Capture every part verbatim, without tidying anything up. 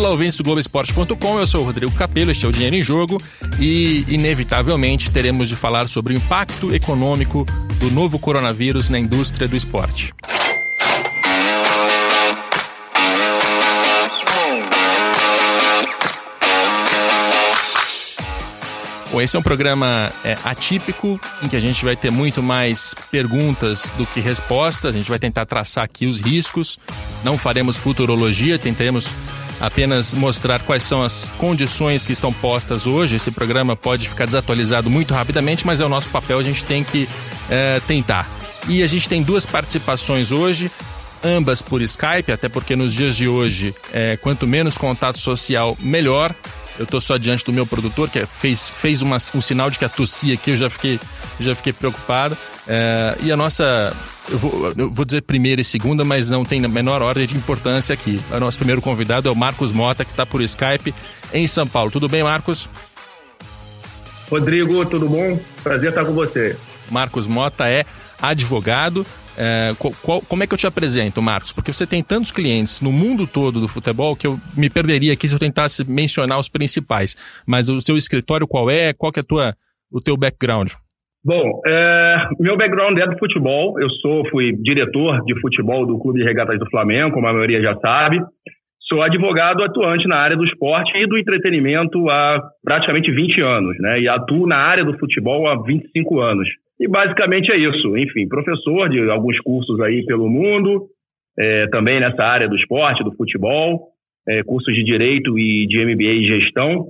Olá, ouvintes do Globo Esporte ponto com, eu sou o Rodrigo Capello, este é o Dinheiro em Jogo e, inevitavelmente, teremos de falar sobre o impacto econômico do novo coronavírus na indústria do esporte. Bom, esse é um programa é, atípico, em que a gente vai ter muito mais perguntas do que respostas. A gente vai tentar traçar aqui os riscos. Não faremos futurologia, tentaremos apenas mostrar quais são as condições que estão postas hoje. Esse programa pode ficar desatualizado muito rapidamente, mas é o nosso papel, a gente tem que é, tentar. E a gente tem duas participações hoje, ambas por Skype, até porque nos dias de hoje, é, quanto menos contato social, melhor. Eu estou só diante do meu produtor, que fez, fez uma, um sinal de que a tossia aqui, eu já fiquei, já fiquei preocupado. É, e a nossa, eu vou, eu vou dizer primeira e segunda, mas não tem a menor ordem de importância aqui. O nosso primeiro convidado é o Marcos Mota, que está por Skype em São Paulo. Tudo bem, Marcos? Rodrigo, tudo bom? Prazer estar com você. Marcos Mota é advogado. É, qual, qual, como é que eu te apresento, Marcos? Porque você tem tantos clientes no mundo todo do futebol que eu me perderia aqui se eu tentasse mencionar os principais. Mas o seu escritório qual é? Qual que é a tua, o teu background? Bom, é, meu background é do futebol. Eu sou, fui diretor de futebol do Clube de Regatas do Flamengo, como a maioria já sabe. Sou advogado atuante na área do esporte e do entretenimento há praticamente vinte anos, né? E atuo na área do futebol há vinte e cinco anos. E basicamente é isso, enfim, professor de alguns cursos aí pelo mundo, é, também nessa área do esporte, do futebol, é, cursos de Direito e de M B A e Gestão,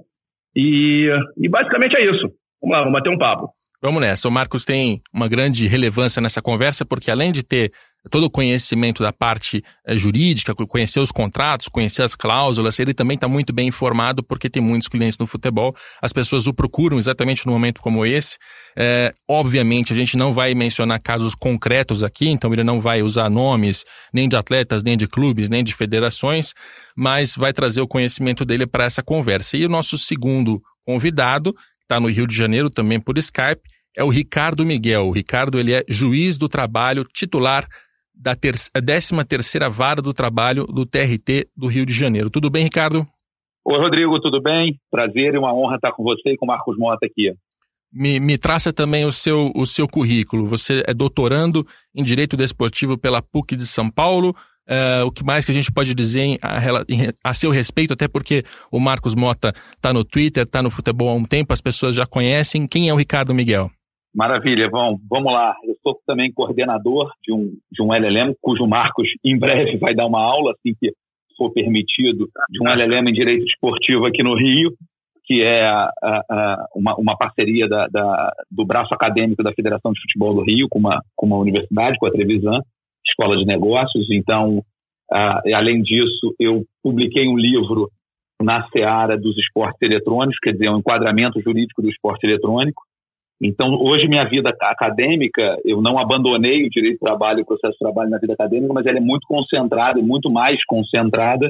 e, e basicamente é isso. Vamos lá, vamos bater um papo. Vamos nessa, o Marcos tem uma grande relevância nessa conversa, porque além de ter todo o conhecimento da parte é, jurídica, conhecer os contratos, conhecer as cláusulas, ele também está muito bem informado porque tem muitos clientes no futebol, as pessoas o procuram exatamente num momento como esse. É, obviamente a gente não vai mencionar casos concretos aqui, então ele não vai usar nomes nem de atletas, nem de clubes, nem de federações, mas vai trazer o conhecimento dele para essa conversa. E o nosso segundo convidado, que está no Rio de Janeiro também por Skype, é o Ricardo Miguel. O Ricardo ele é juiz do trabalho titular da ter- décima terceira Vara do Trabalho do T R T do Rio de Janeiro. Tudo bem, Ricardo? Oi, Rodrigo, tudo bem? Prazer e uma honra estar com você e com o Marcos Mota aqui. Me, me traça também o seu, o seu currículo. Você é doutorando em Direito Desportivo pela P U C de São Paulo. Uh, o que mais que a gente pode dizer em, a, em, a seu respeito, até porque o Marcos Mota está no Twitter, está no futebol há um tempo, as pessoas já conhecem. Quem é o Ricardo Miguel? Maravilha, bom, vamos lá. Eu sou também coordenador de um, de um L L M, cujo Marcos em breve vai dar uma aula, assim que for permitido, de um L L M em Direito Desportivo aqui no Rio, que é a, a, uma, uma parceria da, da, do braço acadêmico da Federação de Futebol do Rio com uma, com uma universidade, com a Trevisan, Escola de Negócios. Então, uh, além disso, eu publiquei um livro na seara dos esportes eletrônicos, quer dizer, um enquadramento jurídico do esporte eletrônico. Então, hoje, minha vida acadêmica, eu não abandonei o direito de trabalho e o processo de trabalho na vida acadêmica, mas ela é muito concentrada, e muito mais concentrada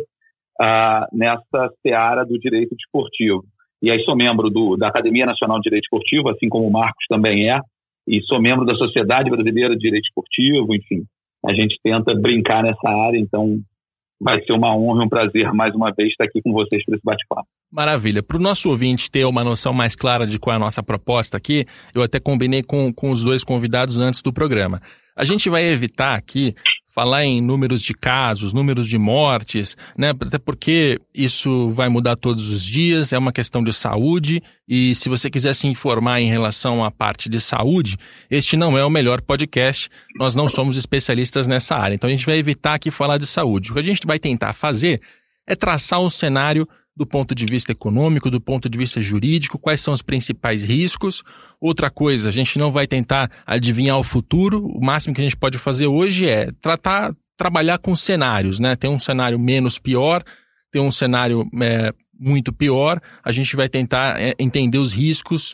uh, nessa seara do direito desportivo. E aí sou membro do, da Academia Nacional de Direito Esportivo, assim como o Marcos também é, e sou membro da Sociedade Brasileira de Direito Esportivo, enfim. A gente tenta brincar nessa área, então vai ser uma honra e um prazer mais uma vez estar aqui com vocês para esse bate-papo. Maravilha. Para o nosso ouvinte ter uma noção mais clara de qual é a nossa proposta aqui, eu até combinei com, com os dois convidados antes do programa. A gente vai evitar aqui falar em números de casos, números de mortes, né? Até porque isso vai mudar todos os dias, é uma questão de saúde, e se você quiser se informar em relação à parte de saúde, este não é o melhor podcast, nós não somos especialistas nessa área, então a gente vai evitar aqui falar de saúde. O que a gente vai tentar fazer é traçar um cenário do ponto de vista econômico, do ponto de vista jurídico, quais são os principais riscos. Outra coisa, a gente não vai tentar adivinhar o futuro, o máximo que a gente pode fazer hoje é tratar, trabalhar com cenários, né? Tem um cenário menos pior, tem um cenário é, muito pior, a gente vai tentar é, entender os riscos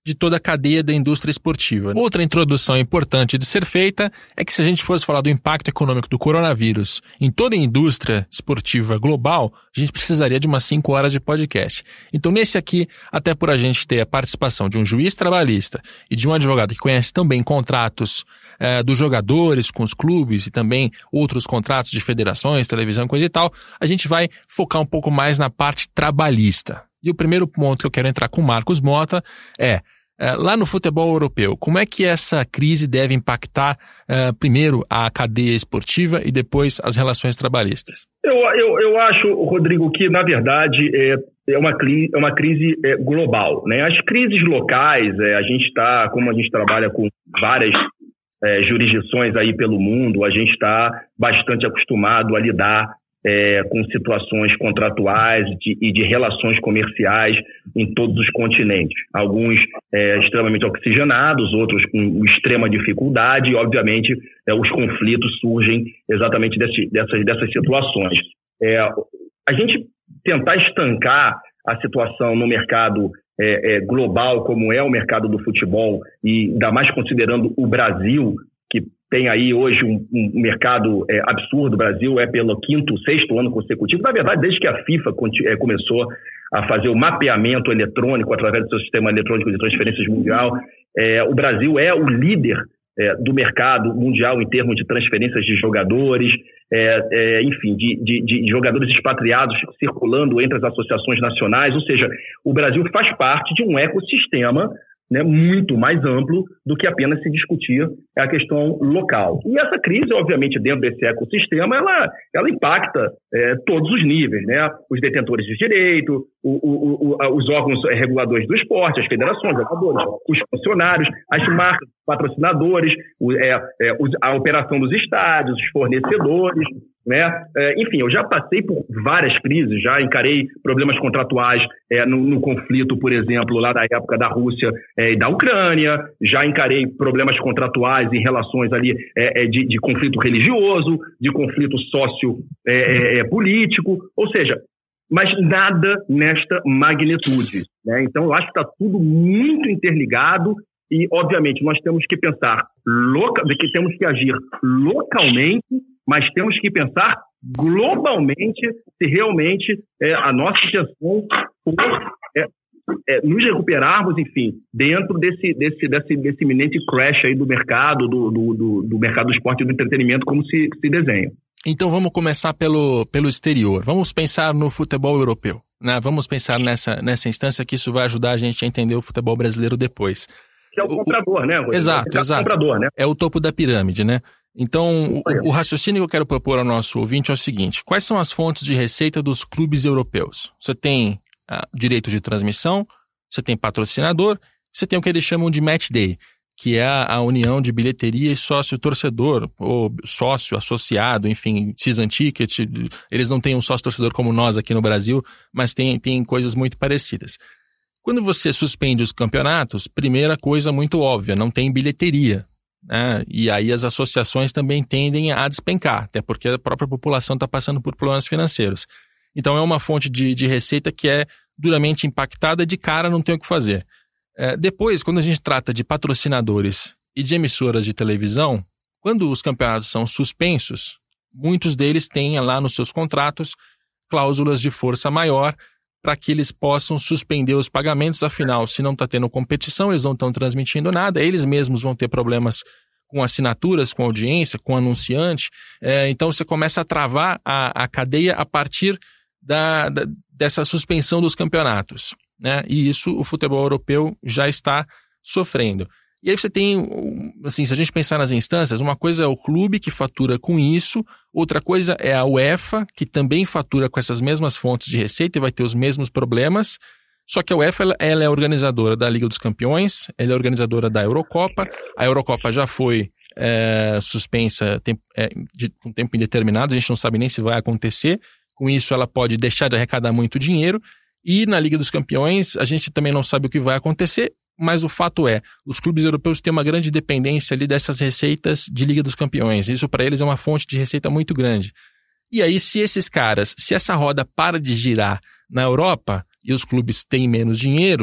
de toda a cadeia da indústria esportiva. Outra introdução importante de ser feita é que se a gente fosse falar do impacto econômico do coronavírus em toda a indústria esportiva global, a gente precisaria de umas cinco horas de podcast. Então nesse aqui, até por a gente ter a participação de um juiz trabalhista e de um advogado que conhece também contratos eh, dos jogadores com os clubes e também outros contratos de federações, televisão, coisa e tal, a gente vai focar um pouco mais na parte trabalhista. E o primeiro ponto que eu quero entrar com o Marcos Mota é, é, lá no futebol europeu, como é que essa crise deve impactar, é, primeiro, a cadeia esportiva e depois as relações trabalhistas? Eu, eu, eu acho, Rodrigo, que, na verdade, é, é, uma, é uma crise é, global, né? As crises locais, é, a gente está, como a gente trabalha com várias é, jurisdições aí pelo mundo, a gente está bastante acostumado a lidar É, com situações contratuais de, e de relações comerciais em todos os continentes. Alguns é, extremamente oxigenados, outros com extrema dificuldade e, obviamente, é, os conflitos surgem exatamente desse, dessas, dessas situações. É, a gente tentar estancar a situação no mercado é, é, global, como é o mercado do futebol, e ainda mais considerando o Brasil, que tem aí hoje um, um mercado é, absurdo. O Brasil é pelo quinto, sexto ano consecutivo. Na verdade, desde que a FIFA é, começou a fazer o mapeamento eletrônico através do seu sistema eletrônico de transferências mundial, é, o Brasil é o líder é, do mercado mundial em termos de transferências de jogadores, é, é, enfim, de, de, de jogadores expatriados circulando entre as associações nacionais. Ou seja, o Brasil faz parte de um ecossistema, né, muito mais amplo do que apenas se discutir a questão local. E essa crise, obviamente, dentro desse ecossistema, ela, ela impacta é, todos os níveis, né? Os detentores de direito, o, o, o, os órgãos reguladores do esporte, as federações, jogadores, os funcionários, as marcas, patrocinadores, o, é, é, a operação dos estádios, os fornecedores, né? É, enfim, eu já passei por várias crises, já encarei problemas contratuais é, no, no conflito, por exemplo, lá da época da Rússia é, e da Ucrânia, já encarei problemas contratuais em relações ali é, de, de conflito religioso, de conflito socio-político, é, é, ou seja, mas nada nesta magnitude, né? Então, eu acho que está tudo muito interligado e, obviamente, nós temos que pensar, loca, que temos que agir localmente, mas temos que pensar globalmente se realmente é, a nossa intenção for é, é, nos recuperarmos, enfim, dentro desse, desse, desse, desse iminente crash aí do mercado, do, do, do, do mercado do esporte e do entretenimento, como se, se desenha. Então vamos começar pelo, pelo exterior. Vamos pensar no futebol europeu, né? Vamos pensar nessa, nessa instância que isso vai ajudar a gente a entender o futebol brasileiro depois. Que é o comprador, o, né? Exato, é exato. O comprador, né? É o topo da pirâmide, né? Então, o, o raciocínio que eu quero propor ao nosso ouvinte é o seguinte: quais são as fontes de receita dos clubes europeus? Você tem ah, direito de transmissão, você tem patrocinador, você tem o que eles chamam de match day, que é a, a união de bilheteria e sócio-torcedor, ou sócio associado, enfim, season ticket. Eles não têm um sócio-torcedor como nós aqui no Brasil, mas tem, tem coisas muito parecidas. Quando você suspende os campeonatos, primeira coisa muito óbvia, não tem bilheteria, né? E aí as associações também tendem a despencar, até porque a própria população está passando por problemas financeiros. Então é uma fonte de, de receita que é duramente impactada, de cara não tem o que fazer. É, depois, quando a gente trata de patrocinadores e de emissoras de televisão, quando os campeonatos são suspensos, muitos deles têm lá nos seus contratos cláusulas de força maior para que eles possam suspender os pagamentos. Afinal, se não está tendo competição, eles não estão transmitindo nada, eles mesmos vão ter problemas com assinaturas, com audiência, com anunciante. É, então você começa a travar a, a cadeia a partir da, da, dessa suspensão dos campeonatos, né? E isso o futebol europeu já está sofrendo. E aí você tem, assim, se a gente pensar nas instâncias, uma coisa é o clube que fatura com isso, outra coisa é a UEFA, que também fatura com essas mesmas fontes de receita e vai ter os mesmos problemas, só que a UEFA ela, ela é organizadora da Liga dos Campeões, ela é organizadora da Eurocopa, a Eurocopa já foi é, suspensa tempo, é, de, com tempo indeterminado, a gente não sabe nem se vai acontecer, com isso ela pode deixar de arrecadar muito dinheiro, e na Liga dos Campeões a gente também não sabe o que vai acontecer, mas o fato é, os clubes europeus têm uma grande dependência ali dessas receitas de Liga dos Campeões. Isso para eles é uma fonte de receita muito grande. E aí, se esses caras, se essa roda para de girar na Europa e os clubes têm menos dinheiro,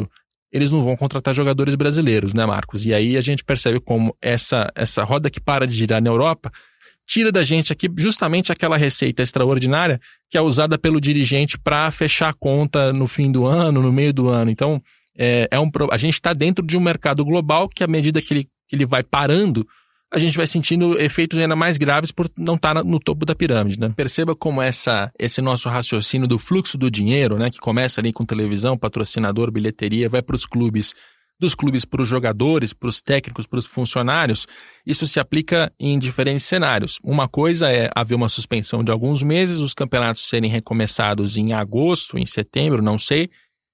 eles não vão contratar jogadores brasileiros, né, Marcos? E aí a gente percebe como essa, essa roda que para de girar na Europa tira da gente aqui justamente aquela receita extraordinária que é usada pelo dirigente para fechar a conta no fim do ano, no meio do ano. Então, é, é um, a gente está dentro de um mercado global que, à medida que ele, que ele vai parando, a gente vai sentindo efeitos ainda mais graves por não estar no topo da pirâmide, né? Perceba como essa, esse nosso raciocínio do fluxo do dinheiro, né, que começa ali com televisão, patrocinador, bilheteria, vai para os clubes, dos clubes para os jogadores, para os técnicos, para os funcionários, isso se aplica em diferentes cenários. Uma coisa é haver uma suspensão de alguns meses, os campeonatos serem recomeçados em agosto, em setembro, não sei,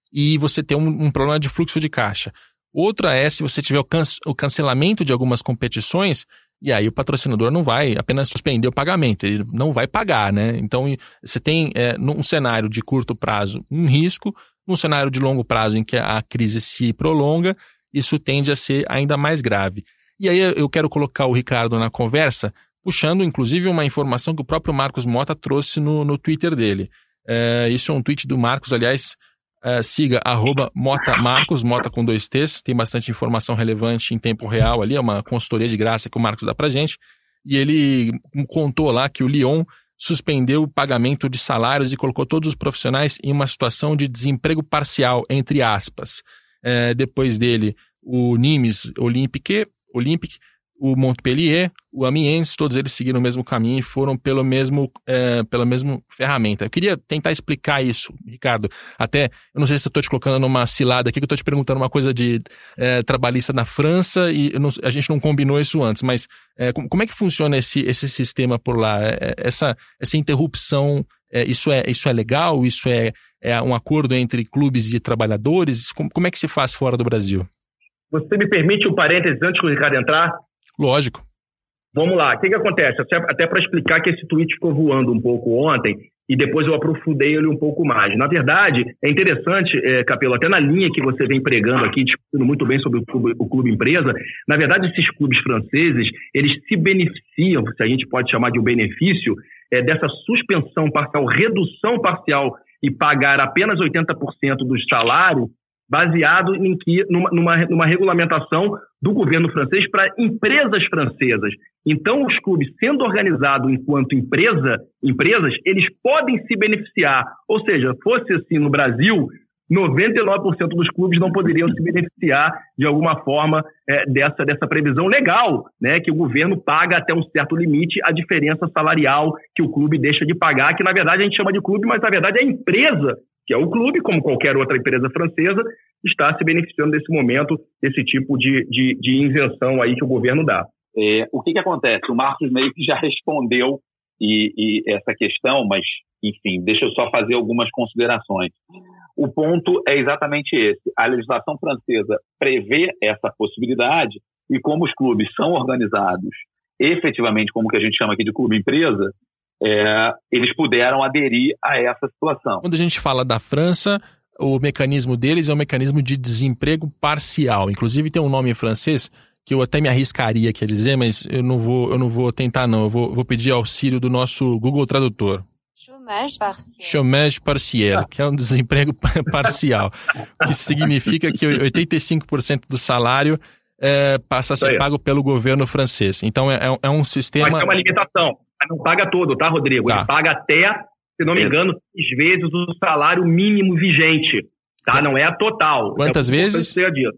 e você ter um, um problema de fluxo de caixa. Outra é se você tiver o, can- o cancelamento de algumas competições, e aí o patrocinador não vai apenas suspender o pagamento, ele não vai pagar, né? Então você tem, é, num cenário de curto prazo, um risco, num cenário de longo prazo em que a crise se prolonga, isso tende a ser ainda mais grave. E aí eu quero colocar o Ricardo na conversa, puxando inclusive uma informação que o próprio Marcos Mota trouxe no, no Twitter dele. É, isso é um tweet do Marcos, aliás, é, siga arroba Mota Marcos, Mota com dois T's, tem bastante informação relevante em tempo real ali, é uma consultoria de graça que o Marcos dá pra gente, e ele contou lá que o Lyon suspendeu o pagamento de salários e colocou todos os profissionais em uma situação de desemprego parcial, entre aspas. É, depois dele, o Nimes Olympique, Olympique, o Montpellier, o Amiens, todos eles seguiram o mesmo caminho e foram pelo mesmo, é, pela mesma ferramenta. Eu queria tentar explicar isso, Ricardo. Até, eu não sei se eu estou te colocando numa cilada aqui, que eu estou te perguntando uma coisa de é, trabalhista na França e eu não, a gente não combinou isso antes, mas é, como, como é que funciona esse, esse sistema por lá? É, essa, essa interrupção, é, isso, é, isso é legal? Isso é, é um acordo entre clubes e trabalhadores? Como, como é que se faz fora do Brasil? Você me permite um parênteses antes do Ricardo entrar? Lógico. Vamos lá, o que, que acontece? Até para explicar que esse tweet ficou voando um pouco ontem e depois eu aprofundei ele um pouco mais. Na verdade, é interessante, é, Capelo, até na linha que você vem pregando aqui, discutindo muito bem sobre o clube, o clube empresa, na verdade esses clubes franceses, eles se beneficiam, se a gente pode chamar de um benefício, é, dessa suspensão parcial, redução parcial e pagar apenas oitenta por cento dos salários, baseado em que, numa, numa, numa regulamentação do governo francês para empresas francesas. Então, os clubes, sendo organizados enquanto empresa, empresas, eles podem se beneficiar. Ou seja, fosse assim no Brasil, noventa e nove por cento dos clubes não poderiam se beneficiar de alguma forma é, dessa, dessa previsão legal, né, que o governo paga até um certo limite a diferença salarial que o clube deixa de pagar, que na verdade a gente chama de clube, mas na verdade é a empresa, que é o clube, como qualquer outra empresa francesa, está se beneficiando desse momento, desse tipo de, de, de isenção aí que o governo dá. É, o que, que acontece? O Marcos meio que já respondeu e, e essa questão, mas, enfim, deixa eu só fazer algumas considerações. O ponto é exatamente esse. A legislação francesa prevê essa possibilidade e como os clubes são organizados efetivamente, como que a gente chama aqui de clube-empresa, É, eles puderam aderir a essa situação. Quando a gente fala da França, o mecanismo deles é um mecanismo de desemprego parcial. Inclusive tem um nome em francês que eu até me arriscaria aqui a dizer, mas eu não vou, eu não vou tentar não. Eu vou, vou pedir auxílio do nosso Google Tradutor. Chômage partiel. Chômage partiel, que é um desemprego parcial, que significa que oitenta e cinco por cento do salário é, passa a ser pago pelo governo francês. Então é, é um sistema... Mas é uma limitação. Não paga todo, tá, Rodrigo? Tá. Ele paga até, se não me engano, seis vezes o salário mínimo vigente, tá? Não é a total. Quantas é vezes?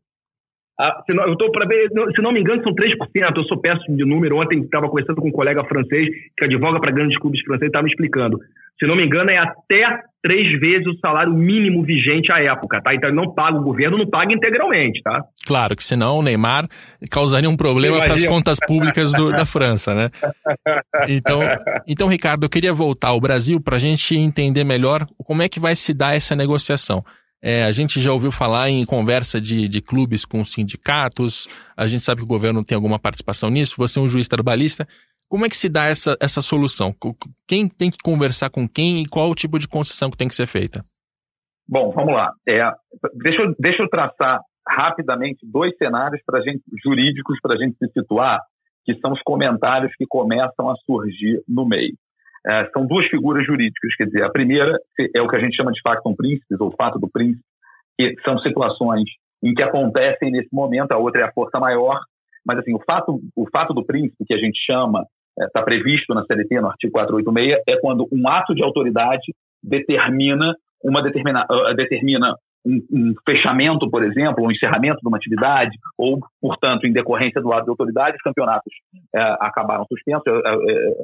Ah, se, não, eu tô pra ver, se não me engano, são três por cento. Eu sou péssimo de número. Ontem estava conversando com um colega francês que advoga para grandes clubes franceses, estava me explicando. Se não me engano, é até três vezes o salário mínimo vigente à época, tá? Então ele não paga, o governo não paga integralmente, tá? Claro, que senão o Neymar causaria um problema para as contas públicas do, da França, né? Então, então, Ricardo, eu queria voltar ao Brasil para a gente entender melhor como é que vai se dar essa negociação. É, a gente já ouviu falar em conversa de, de clubes com sindicatos, a gente sabe que o governo tem alguma participação nisso, você é um juiz trabalhista. Como é que se dá essa, essa solução? Quem tem que conversar com quem e qual o tipo de concessão que tem que ser feita? Bom, vamos lá. É, deixa, eu, deixa eu traçar rapidamente dois cenários pra gente, jurídicos para a gente se situar, que são os comentários que começam a surgir no meio. É, são duas figuras jurídicas, quer dizer, a primeira é o que a gente chama de factum principis, ou fato do príncipe, que são situações em que acontecem nesse momento, a outra é a força maior, mas assim, o fato, o fato do príncipe, que a gente chama, está é, previsto na C L T, no artigo quatrocentos e oitenta e seis, é quando um ato de autoridade determina, uma determina, uh, determina um, um fechamento, por exemplo, um encerramento de uma atividade, ou, portanto, em decorrência do ato de autoridade, os campeonatos uh, acabaram suspensos, uh, uh,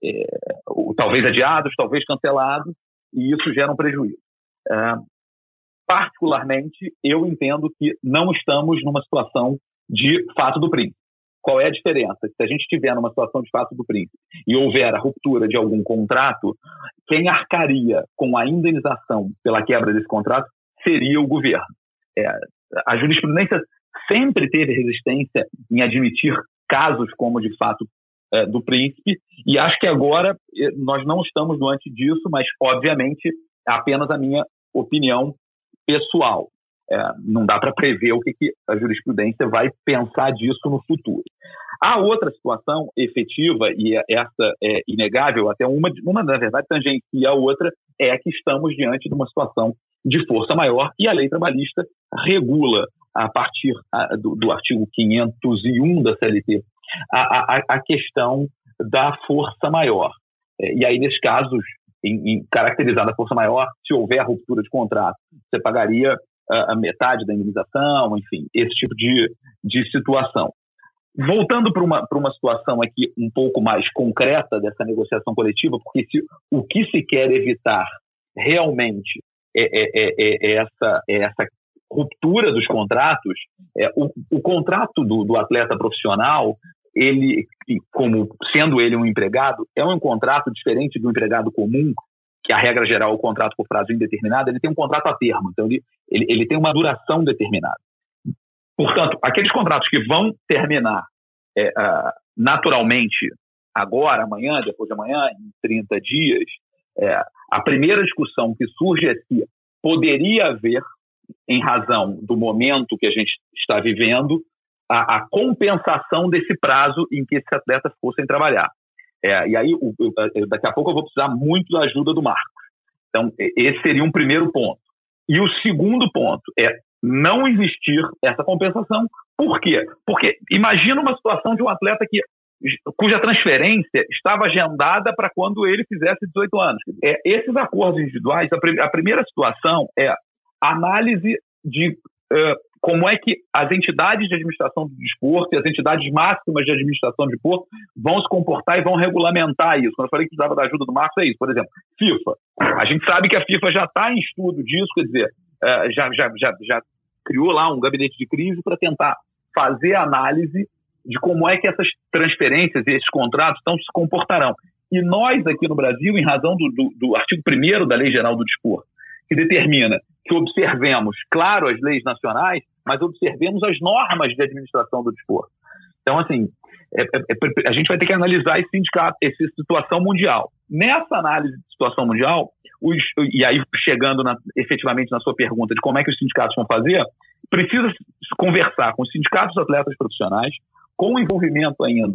uh, uh, talvez adiados, talvez cancelados, e isso gera um prejuízo. Uh, particularmente, eu entendo que não estamos numa situação de fato do príncipe. Qual é a diferença? Se a gente estiver numa situação de fato do príncipe e houver a ruptura de algum contrato, quem arcaria com a indenização pela quebra desse contrato seria o governo. É, a jurisprudência sempre teve resistência em admitir casos como, de fato, é, do príncipe, e acho que agora nós não estamos diante disso, mas, obviamente, é apenas a minha opinião pessoal. É, não dá para prever o que, que a jurisprudência vai pensar disso no futuro. A outra situação efetiva, e essa é inegável, até uma, uma na verdade, tangencia a outra, é que estamos diante de uma situação de força maior e a lei trabalhista regula, a partir do, do artigo quinhentos e um da C L T, a, a, a questão da força maior. É, e aí, nesses casos, em, em caracterizada a força maior, se houver ruptura de contrato, você pagaria a metade da indenização, enfim, esse tipo de, de situação. Voltando para uma, para uma situação aqui um pouco mais concreta dessa negociação coletiva, porque se, o que se quer evitar realmente é, é, é, é, essa, é essa ruptura dos contratos, é, o, o contrato do, do atleta profissional, ele, como sendo ele um empregado, é um contrato diferente do empregado comum, que a regra geral é o contrato por prazo indeterminado, ele tem um contrato a termo, então ele, ele, ele tem uma duração determinada. Portanto, aqueles contratos que vão terminar é, uh, naturalmente agora, amanhã, depois de amanhã, em trinta dias, é, a primeira discussão que surge é se poderia haver, em razão do momento que a gente está vivendo, a, a compensação desse prazo em que esses atletas fossem trabalhar. É, e aí, o, eu, daqui a pouco eu vou precisar muito da ajuda do Marcos. Então, esse seria um primeiro ponto. E o segundo ponto é não existir essa compensação. Por quê? Porque imagina uma situação de um atleta que, cuja transferência estava agendada para quando ele fizesse dezoito anos. É, esses acordos individuais, a, prim- a primeira situação é a análise de uh, como é que as entidades de administração do desporto e as entidades máximas de administração do desporto vão se comportar e vão regulamentar isso. Quando eu falei que precisava da ajuda do Marcos, é isso. Por exemplo, FIFA. A gente sabe que a FIFA já está em estudo disso, quer dizer, já, já, já, já criou lá um gabinete de crise para tentar fazer a análise de como é que essas transferências e esses contratos estão, se comportarão. E nós aqui no Brasil, em razão do, do, do artigo primeiro da Lei Geral do Desporto, que determina que observemos, claro, as leis nacionais, mas observemos as normas de administração do desporto. Então, assim, é, é, a gente vai ter que analisar esse sindicato, essa situação mundial. Nessa análise de situação mundial, os, e aí chegando na, efetivamente na sua pergunta de como é que os sindicatos vão fazer, precisa conversar com os sindicatos dos atletas profissionais, com o envolvimento ainda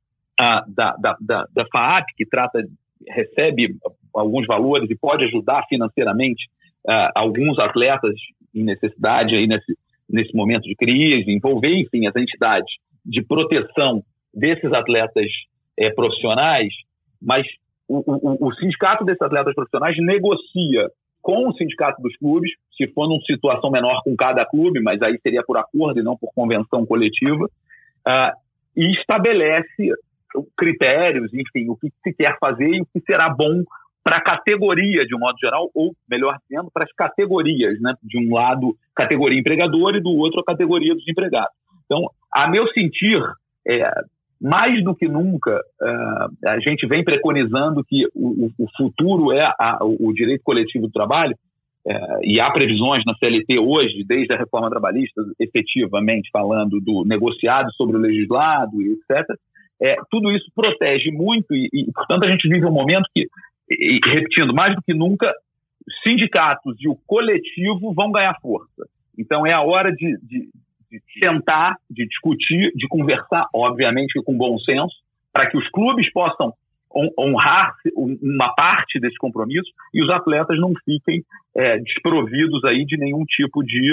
a, da, da, da, da F A A P, que trata, recebe alguns valores e pode ajudar financeiramente Uh, alguns atletas em necessidade aí nesse, nesse momento de crise, envolver, enfim, as entidades de proteção desses atletas eh, profissionais, mas o, o, o sindicato desses atletas profissionais negocia com o sindicato dos clubes, se for numa situação menor com cada clube, mas aí seria por acordo e não por convenção coletiva, uh, e estabelece critérios, enfim, o que se quer fazer e o que será bom para a categoria, de um modo geral, ou, melhor dizendo, para as categorias, né? De um lado, categoria empregador e do outro, a categoria dos empregados. Então, a meu sentir, é, mais do que nunca, é, a gente vem preconizando que o, o futuro é a, o direito coletivo do trabalho, é, e há previsões na C L T hoje, desde a reforma trabalhista, efetivamente falando do negociado sobre o legislado, e etcétera. É, tudo isso protege muito e, e, portanto, a gente vive um momento que, e, repetindo, mais do que nunca, sindicatos e o coletivo vão ganhar força. Então, é a hora de, de, de sentar, de discutir, de conversar, obviamente, com bom senso, para que os clubes possam honrar uma parte desse compromisso e os atletas não fiquem é, desprovidos aí de nenhum tipo de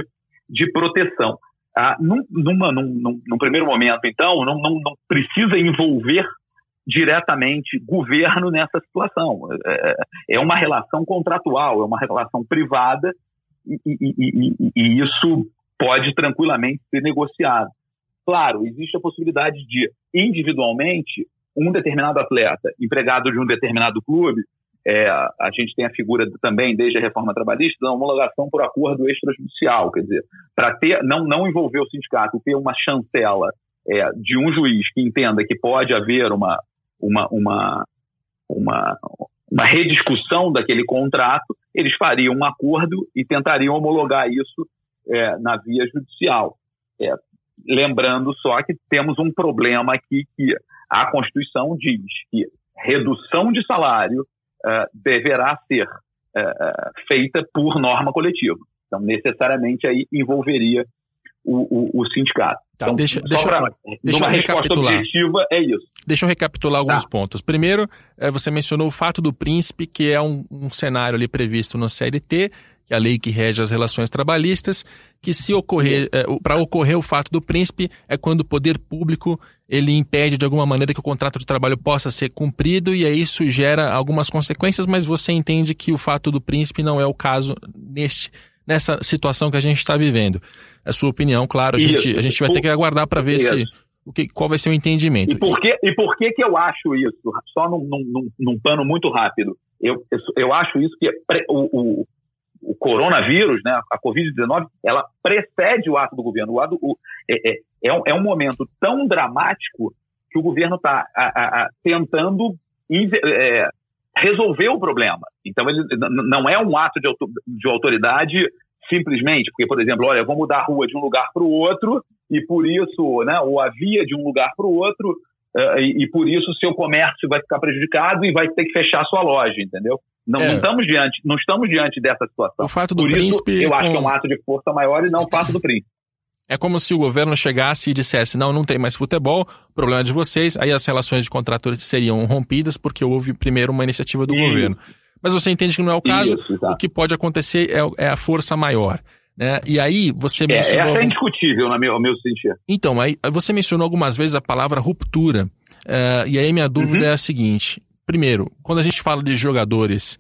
de proteção. Ah, num, numa, num, num, num primeiro momento, então, não, não, não precisa envolver diretamente governo nessa situação. É, é uma relação contratual, é uma relação privada e, e, e, e, e isso pode tranquilamente ser negociado. Claro, existe a possibilidade de, individualmente, um determinado atleta, empregado de um determinado clube, é, a gente tem a figura também, desde a reforma trabalhista, da homologação por acordo extrajudicial, quer dizer, para ter, não, não envolver o sindicato, ter uma chancela é, de um juiz que entenda que pode haver uma, uma, uma, uma, uma rediscussão daquele contrato, eles fariam um acordo e tentariam homologar isso é, na via judicial. É, lembrando só que temos um problema aqui que a Constituição diz que redução de salário Uh, deverá ser uh, feita por norma coletiva. Então, necessariamente, aí envolveria o, o, o sindicato. Tá, então, deixa deixa, pra, deixa eu recapitular. Objetiva, é isso. Deixa eu recapitular alguns tá. pontos. Primeiro, é, você mencionou o fato do príncipe, que é um, um cenário ali previsto no C L T, que é a lei que rege as relações trabalhistas, que se ocorrer, é, para ocorrer o fato do príncipe, é quando o poder público ele impede de alguma maneira que o contrato de trabalho possa ser cumprido e aí isso gera algumas consequências, mas você entende que o fato do príncipe não é o caso neste, nessa situação que a gente está vivendo. É a sua opinião, claro, a gente, a gente vai ter que aguardar para ver se, o que, qual vai ser o entendimento. E por que, e por que, que eu acho isso? Só num, num, num pano muito rápido. Eu, eu, eu acho isso que o, o O coronavírus, né, a covid dezenove, ela precede o ato do governo. O ato, o, é, é, é, um, é um momento tão dramático que o governo está tentando é, resolver o problema. Então, ele não é um ato de, de autoridade simplesmente, porque, por exemplo, olha, eu vou mudar a rua de um lugar para o outro e por isso, né, ou a via de um lugar para o outro uh, e, e por isso o seu comércio vai ficar prejudicado e vai ter que fechar a sua loja, entendeu? Não, é. não, estamos diante, não estamos diante dessa situação. O fato do Por príncipe. Isso, eu com... acho que é um ato de força maior e não o fato do príncipe. É como se o governo chegasse e dissesse: não, não tem mais futebol, problema de vocês, aí as relações de contrato seriam rompidas porque houve primeiro uma iniciativa do isso. governo. Mas você entende que não é o caso, isso, o que pode acontecer é, é a força maior. Né? E aí você é, mencionou. Essa algum... é indiscutível, no meu, meu sentido. Então, aí você mencionou algumas vezes a palavra ruptura. Uh, e aí minha dúvida uhum. é a seguinte: primeiro, quando a gente fala de jogadores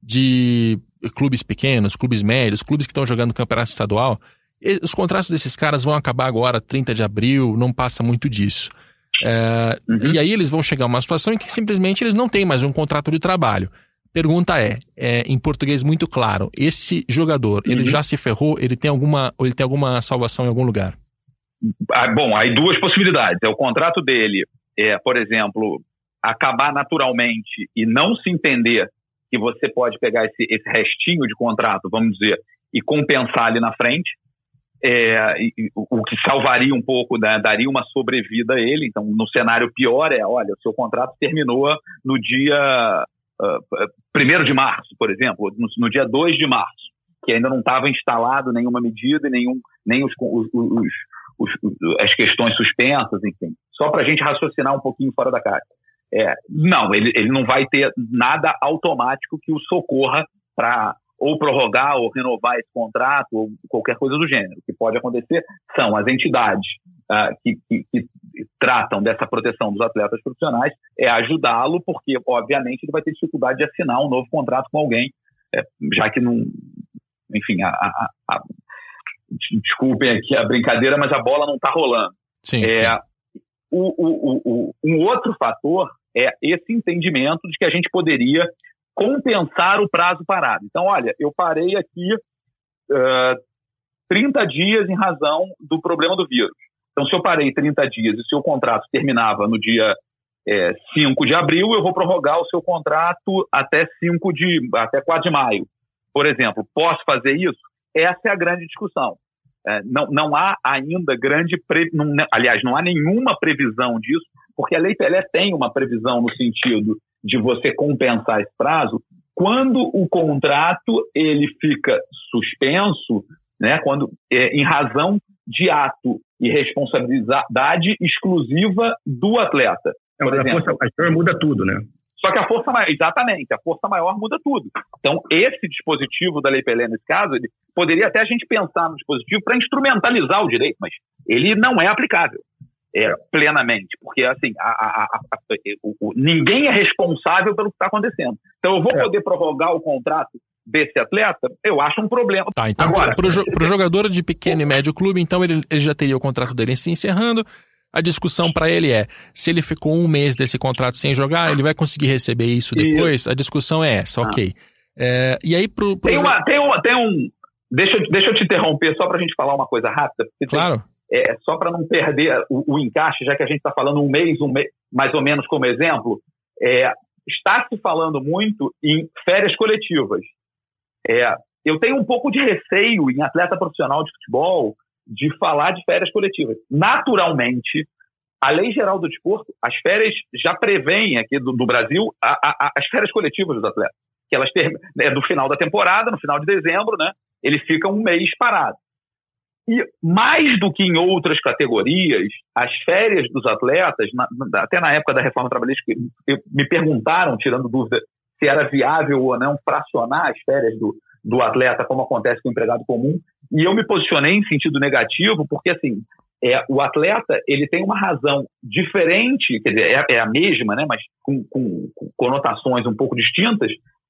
de clubes pequenos, clubes médios, clubes que estão jogando no campeonato estadual, os contratos desses caras vão acabar agora, trinta de abril, não passa muito disso. É, uhum. E aí eles vão chegar a uma situação em que simplesmente eles não têm mais um contrato de trabalho. Pergunta é, é em português muito claro, esse jogador, uhum. ele já se ferrou, ele tem alguma, ou ele tem alguma salvação em algum lugar? Ah, bom, aí duas possibilidades. É o contrato dele, é, por exemplo, acabar naturalmente e não se entender que você pode pegar esse, esse restinho de contrato, vamos dizer, e compensar ali na frente, é, e, o que salvaria um pouco, né, daria uma sobrevida a ele. Então, no cenário pior é, olha, o seu contrato terminou no dia uh, primeiro de março, por exemplo, no, no dia dois de março, que ainda não estava instalado nenhuma medida, nenhum, nem os, os, os, os, as questões suspensas, enfim. Só para a gente raciocinar um pouquinho fora da caixa. É, não, ele, ele não vai ter nada automático que o socorra para ou prorrogar ou renovar esse contrato ou qualquer coisa do gênero. O que pode acontecer são as entidades uh, que, que, que tratam dessa proteção dos atletas profissionais, é ajudá-lo, porque, obviamente, ele vai ter dificuldade de assinar um novo contrato com alguém, é, já que não... Enfim, a, a, a, desculpem aqui a brincadeira, mas a bola não está rolando. Sim, é, sim. O, o, o, um outro fator é esse entendimento de que a gente poderia compensar o prazo parado. Então, olha, eu parei aqui uh, trinta dias em razão do problema do vírus. Então, se eu parei trinta dias e o seu contrato terminava no dia é, cinco de abril, eu vou prorrogar o seu contrato até, cinco de, até quatro de maio. Por exemplo, posso fazer isso? Essa é a grande discussão. É, não, não há ainda grande... Pre... Não, aliás, não há nenhuma previsão disso, porque a Lei Pelé tem uma previsão no sentido de você compensar esse prazo quando o contrato ele fica suspenso, né, quando, é, em razão de ato e responsabilidade exclusiva do atleta. Por exemplo, a força muda tudo, né? Só que a força maior, exatamente, a força maior muda tudo. Então, esse dispositivo da Lei Pelé, nesse caso, ele poderia até a gente pensar no dispositivo para instrumentalizar o direito, mas ele não é aplicável é, plenamente, porque assim, a, a, a, a, o, o, ninguém é responsável pelo que está acontecendo. Então, eu vou poder prorrogar o contrato desse atleta, eu acho um problema. Tá, então, para o jo jogador de pequeno e médio clube, então ele, ele já teria o contrato dele se encerrando. A discussão para ele é, se ele ficou um mês desse contrato sem jogar, ele vai conseguir receber isso depois? Isso. A discussão é essa, ok. Ah. É, e aí pro... pro tem, uma, tem, uma, tem um... Deixa, deixa eu te interromper só para a gente falar uma coisa rápida. Claro. Tem, é, só para não perder o, o encaixe, já que a gente está falando um mês, um mês, mais ou menos como exemplo, é, está se falando muito em férias coletivas. É, eu tenho um pouco de receio em atleta profissional de futebol de falar de férias coletivas. Naturalmente, a Lei Geral do Desporto, as férias já prevêem aqui do, do Brasil a, a, as férias coletivas dos atletas, que elas ter, é do final da temporada, no final de dezembro, né, ele fica um mês parado. E mais do que em outras categorias, as férias dos atletas, na, até na época da reforma trabalhista, me perguntaram, tirando dúvida, se era viável ou não fracionar as férias do, do atleta, como acontece com o empregado comum, e eu me posicionei em sentido negativo, porque assim, é, o atleta ele tem uma razão diferente, quer dizer, é, é a mesma, né, mas com, com, com conotações um pouco distintas.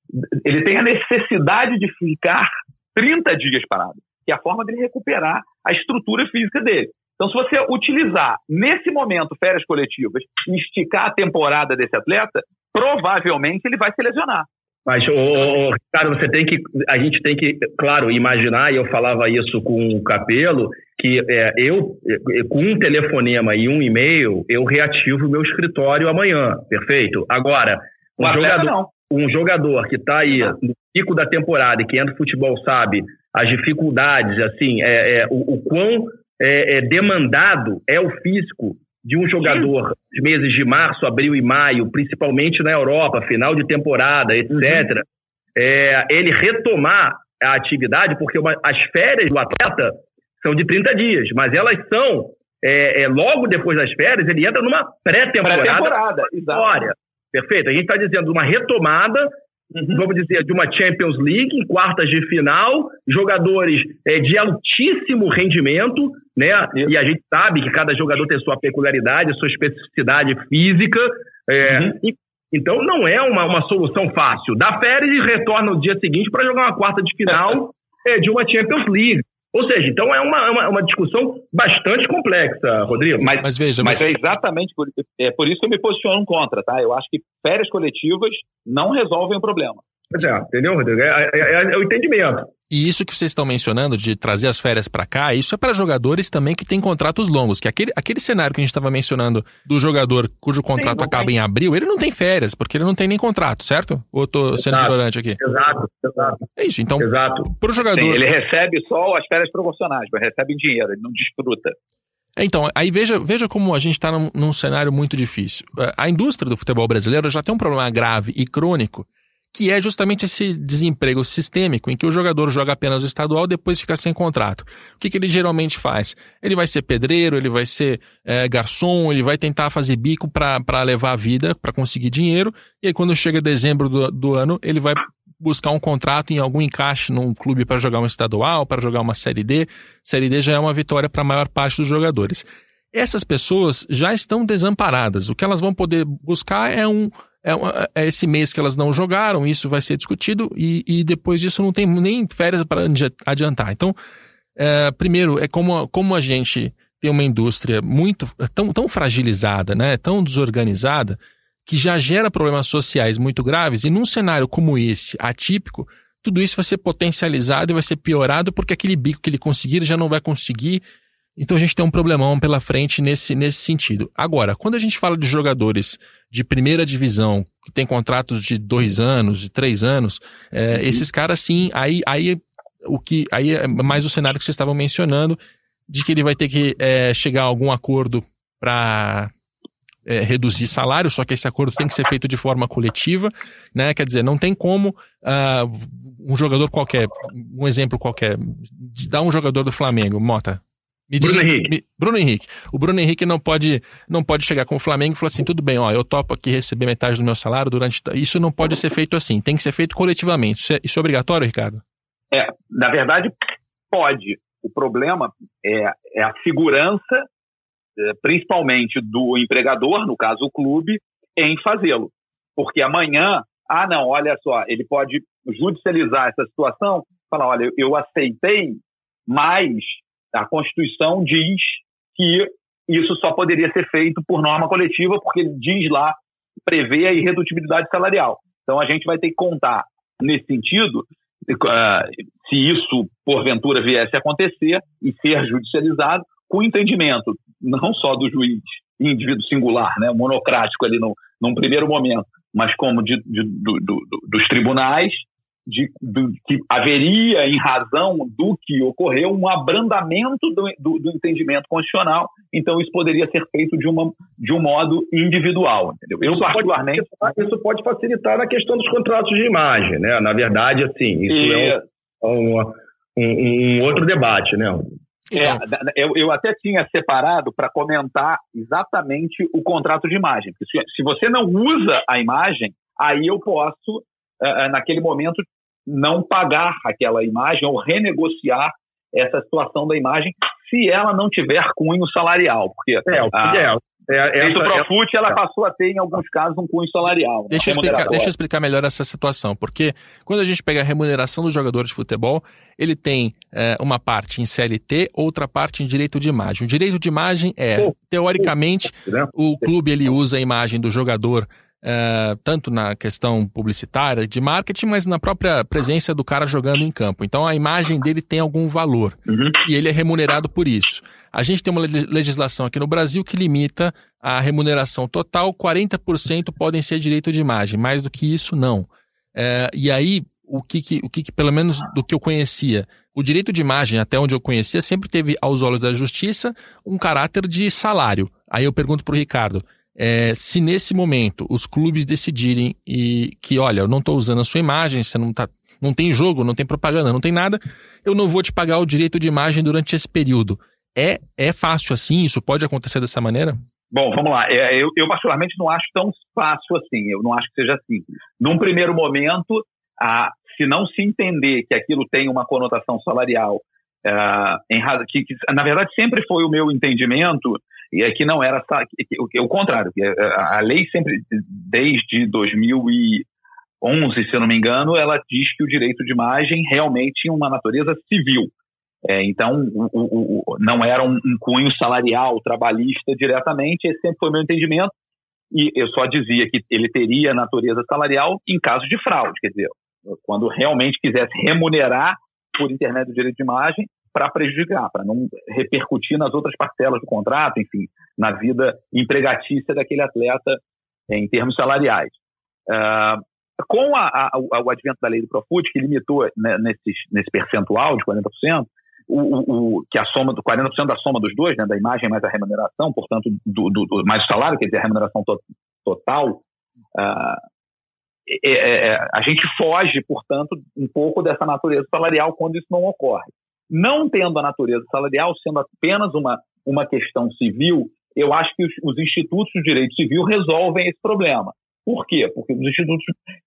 Ele tem a necessidade de ficar trinta dias parado, que é a forma dele recuperar a estrutura física dele. Então, se você utilizar, nesse momento, férias coletivas e esticar a temporada desse atleta, provavelmente ele vai se lesionar. Mas, ô, Ricardo, você tem que, a gente tem que, claro, imaginar, e eu falava isso com o Capello, que é, eu, com um telefonema e um e-mail, eu reativo o meu escritório amanhã, perfeito? Agora, um, jogador, um jogador que está aí no pico da temporada e que entra no futebol sabe as dificuldades, assim, é, é, o, o quão é, é demandado é o físico de um jogador nos meses de março, abril e maio, principalmente na Europa, final de temporada, etcétera, uhum. é, ele retomar a atividade, porque uma, as férias do atleta são de trinta dias, mas elas são, é, é, logo depois das férias, ele entra numa pré-temporada. Pré-temporada, exato. Perfeito? A gente está dizendo uma retomada, uhum. vamos dizer, de uma Champions League em quartas de final, jogadores é, de altíssimo rendimento, né? E a gente sabe que cada jogador tem sua peculiaridade, sua especificidade física. É, uhum. e, então não é uma, uma solução fácil. Dá férias e retorna no dia seguinte para jogar uma quarta de final é, de uma Champions League. Ou seja, então é uma, uma, uma discussão bastante complexa, Rodrigo. Mas, mas veja, mas, mas é exatamente por, é por isso que eu me posiciono contra, tá? Eu acho que férias coletivas não resolvem o problema. Pois é, entendeu, Rodrigo? É, é, é o entendimento. E isso que vocês estão mencionando de trazer as férias para cá, isso é para jogadores também que têm contratos longos, que aquele, aquele cenário que a gente estava mencionando do jogador cujo contrato Sim, acaba tem. em abril, ele não tem férias, porque ele não tem nem contrato, certo? Ou eu tô sendo ignorante aqui? Exato, exato. É isso, então, exato. pro jogador... Sim, ele recebe só as férias promocionais, mas recebe dinheiro, ele não desfruta. Então, aí veja, veja como a gente está num, num cenário muito difícil. A indústria do futebol brasileiro já tem um problema grave e crônico, que é justamente esse desemprego sistêmico em que o jogador joga apenas o estadual e depois fica sem contrato. O que, que ele geralmente faz? Ele vai ser pedreiro, ele vai ser é, garçom, ele vai tentar fazer bico para levar a vida, para conseguir dinheiro, e aí quando chega dezembro do, do ano, ele vai buscar um contrato em algum encaixe num clube para jogar um estadual, para jogar uma Série D. Série D já é uma vitória para a maior parte dos jogadores. Essas pessoas já estão desamparadas. O que elas vão poder buscar é um É, uma, é esse mês que elas não jogaram, isso vai ser discutido e, e depois disso não tem nem férias para adiantar. Então, é, primeiro, é como, como a gente tem uma indústria muito tão, tão fragilizada, né, tão desorganizada, que já gera problemas sociais muito graves, e num cenário como esse, atípico, tudo isso vai ser potencializado e vai ser piorado porque aquele bico que ele conseguir ele já não vai conseguir. Então a gente tem um problemão pela frente nesse, nesse sentido. Agora, quando a gente fala de jogadores de primeira divisão, que tem contratos de dois anos, de três anos, é, uhum. esses caras sim, aí, aí, o que, aí é mais o cenário que vocês estavam mencionando, de que ele vai ter que é, chegar a algum acordo para é, reduzir salário, só que esse acordo tem que ser feito de forma coletiva, né? Quer dizer, não tem como uh, um jogador qualquer, um exemplo qualquer, dar um jogador do Flamengo, Mota, Me Bruno diz, Henrique. Me, Bruno Henrique. O Bruno Henrique não pode, não pode chegar com o Flamengo e falar assim, tudo bem, ó, eu topo aqui receber metade do meu salário durante... Isso não pode ser feito assim, tem que ser feito coletivamente. Isso é, isso é obrigatório, Ricardo? É, na verdade, pode. O problema é, é a segurança, é, principalmente do empregador, no caso o clube, em fazê-lo. Porque amanhã, ah não, olha só, ele pode judicializar essa situação, falar, olha, eu aceitei, mas a Constituição diz que isso só poderia ser feito por norma coletiva, porque ele diz lá, prevê a irredutibilidade salarial. Então a gente vai ter que contar nesse sentido, uh, se isso porventura viesse a acontecer e ser judicializado, com entendimento não só do juiz indivíduo singular, né, monocrático ali no, num primeiro momento, mas como de, de, do, do, dos tribunais, de, do, que haveria, em razão do que ocorreu, um abrandamento do, do, do entendimento constitucional. Então, isso poderia ser feito de, uma, de um modo individual. Entendeu? Eu, isso particularmente... Pode, isso pode facilitar na questão dos contratos de imagem, né? Na verdade, assim, isso e... é um, um, um, um outro debate, né? É, eu, eu até tinha separado para comentar exatamente o contrato de imagem. Porque se, se você não usa a imagem, aí eu posso, uh, naquele momento, não pagar aquela imagem ou renegociar essa situação da imagem se ela não tiver cunho salarial. Porque é, o a, é, é, essa, o Profut, ela passou a ter, em alguns casos, um cunho salarial. Deixa eu, explicar, deixa eu explicar melhor essa situação, porque quando a gente pega a remuneração do jogador de futebol, ele tem é, uma parte em C L T, outra parte em direito de imagem. O direito de imagem é, teoricamente, o clube ele usa a imagem do jogador Uh, tanto na questão publicitária, de marketing, mas na própria presença do cara jogando em campo. Então a imagem dele tem algum valor, uhum, e ele é remunerado por isso. A gente tem uma legislação aqui no Brasil que limita a remuneração total, quarenta por cento podem ser direito de imagem, mais do que isso não. Uh, e aí, o que, que, o que, que pelo menos do que eu conhecia, o direito de imagem, até onde eu conhecia, sempre teve, aos olhos da justiça, um caráter de salário. Aí eu pergunto pro Ricardo, É, se nesse momento os clubes decidirem e que, olha, eu não estou usando a sua imagem, você não, tá, não tem jogo, não tem propaganda, não tem nada, eu não vou te pagar o direito de imagem durante esse período. É, é fácil assim? Isso pode acontecer dessa maneira? Bom, vamos lá. É, eu, eu particularmente não acho tão fácil assim, eu não acho que seja simples. Num primeiro momento, a, se não se entender que aquilo tem uma conotação salarial, Uh, em razão, que, que na verdade sempre foi o meu entendimento, e é que não era que, que, que, o contrário, que a, a lei sempre, desde dois mil e onze, se eu não me engano, ela diz que o direito de imagem realmente tinha uma natureza civil. É, então, o, o, o, não era um, um cunho salarial, trabalhista diretamente, esse sempre foi o meu entendimento, e eu só dizia que ele teria natureza salarial em caso de fraude, quer dizer, quando realmente quisesse remunerar por intermédio do direito de imagem para prejudicar, para não repercutir nas outras parcelas do contrato, enfim, na vida empregatícia daquele atleta em termos salariais. Uh, com a, a, o advento da lei do Profut, que limitou, né, nesse, nesse percentual de quarenta por cento, o, o, o, que a soma do quarenta por cento da soma dos dois, né, da imagem mais a remuneração, portanto, do, do, do, mais o salário, quer dizer, a remuneração to, total, uh, É, é, a gente foge, portanto, um pouco dessa natureza salarial quando isso não ocorre. Não tendo a natureza salarial, sendo apenas uma, uma questão civil, eu acho que os, os institutos de direito civil resolvem esse problema. Por quê? Porque os institutos,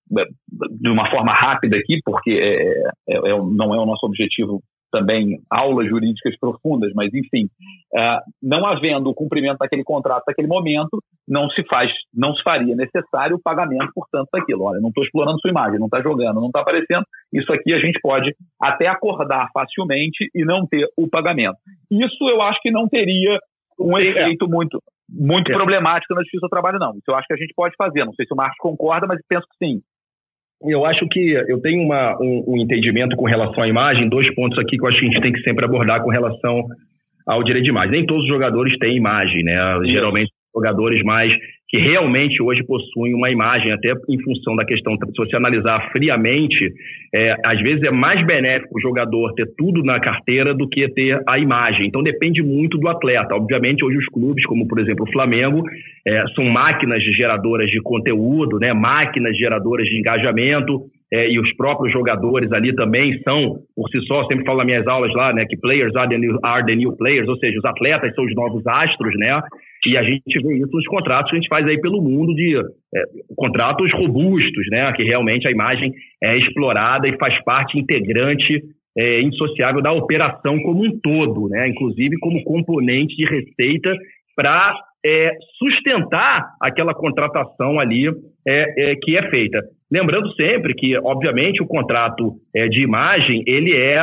de uma forma rápida aqui, porque é, é, é, não é o nosso objetivo também aulas jurídicas profundas, mas enfim, uh, não havendo o cumprimento daquele contrato naquele momento, não se faz, não se faria necessário o pagamento, portanto, daquilo. Olha, não estou explorando sua imagem, não está jogando, não está aparecendo, isso aqui a gente pode até acordar facilmente e não ter o pagamento. Isso eu acho que não teria um efeito muito, muito problemático na Justiça do Trabalho, não. Isso eu acho que a gente pode fazer, não sei se o Marcos concorda, mas penso que sim. Eu acho que eu tenho uma, um, um entendimento com relação à imagem, dois pontos aqui que eu acho que a gente tem que sempre abordar com relação ao direito de imagem. Nem todos os jogadores têm imagem, né? Isso. Geralmente jogadores mais que realmente hoje possuem uma imagem, até em função da questão, se você analisar friamente, é, às vezes é mais benéfico o jogador ter tudo na carteira do que ter a imagem. Então depende muito do atleta. Obviamente hoje os clubes, como por exemplo o Flamengo, é, são máquinas geradoras de conteúdo, né? Máquinas geradoras de engajamento. é, e os próprios jogadores ali também são, por si só, eu sempre falo nas minhas aulas lá, né, que players are the, new, are the new players, ou seja, os atletas são os novos astros, né, e a gente vê isso nos contratos que a gente faz aí pelo mundo, de é, contratos robustos, né, que realmente a imagem é explorada e faz parte integrante, é, indissociável da operação como um todo, né, inclusive como componente de receita para é, sustentar aquela contratação ali é, é, que é feita. Lembrando sempre que, obviamente, o contrato é, de imagem, ele é,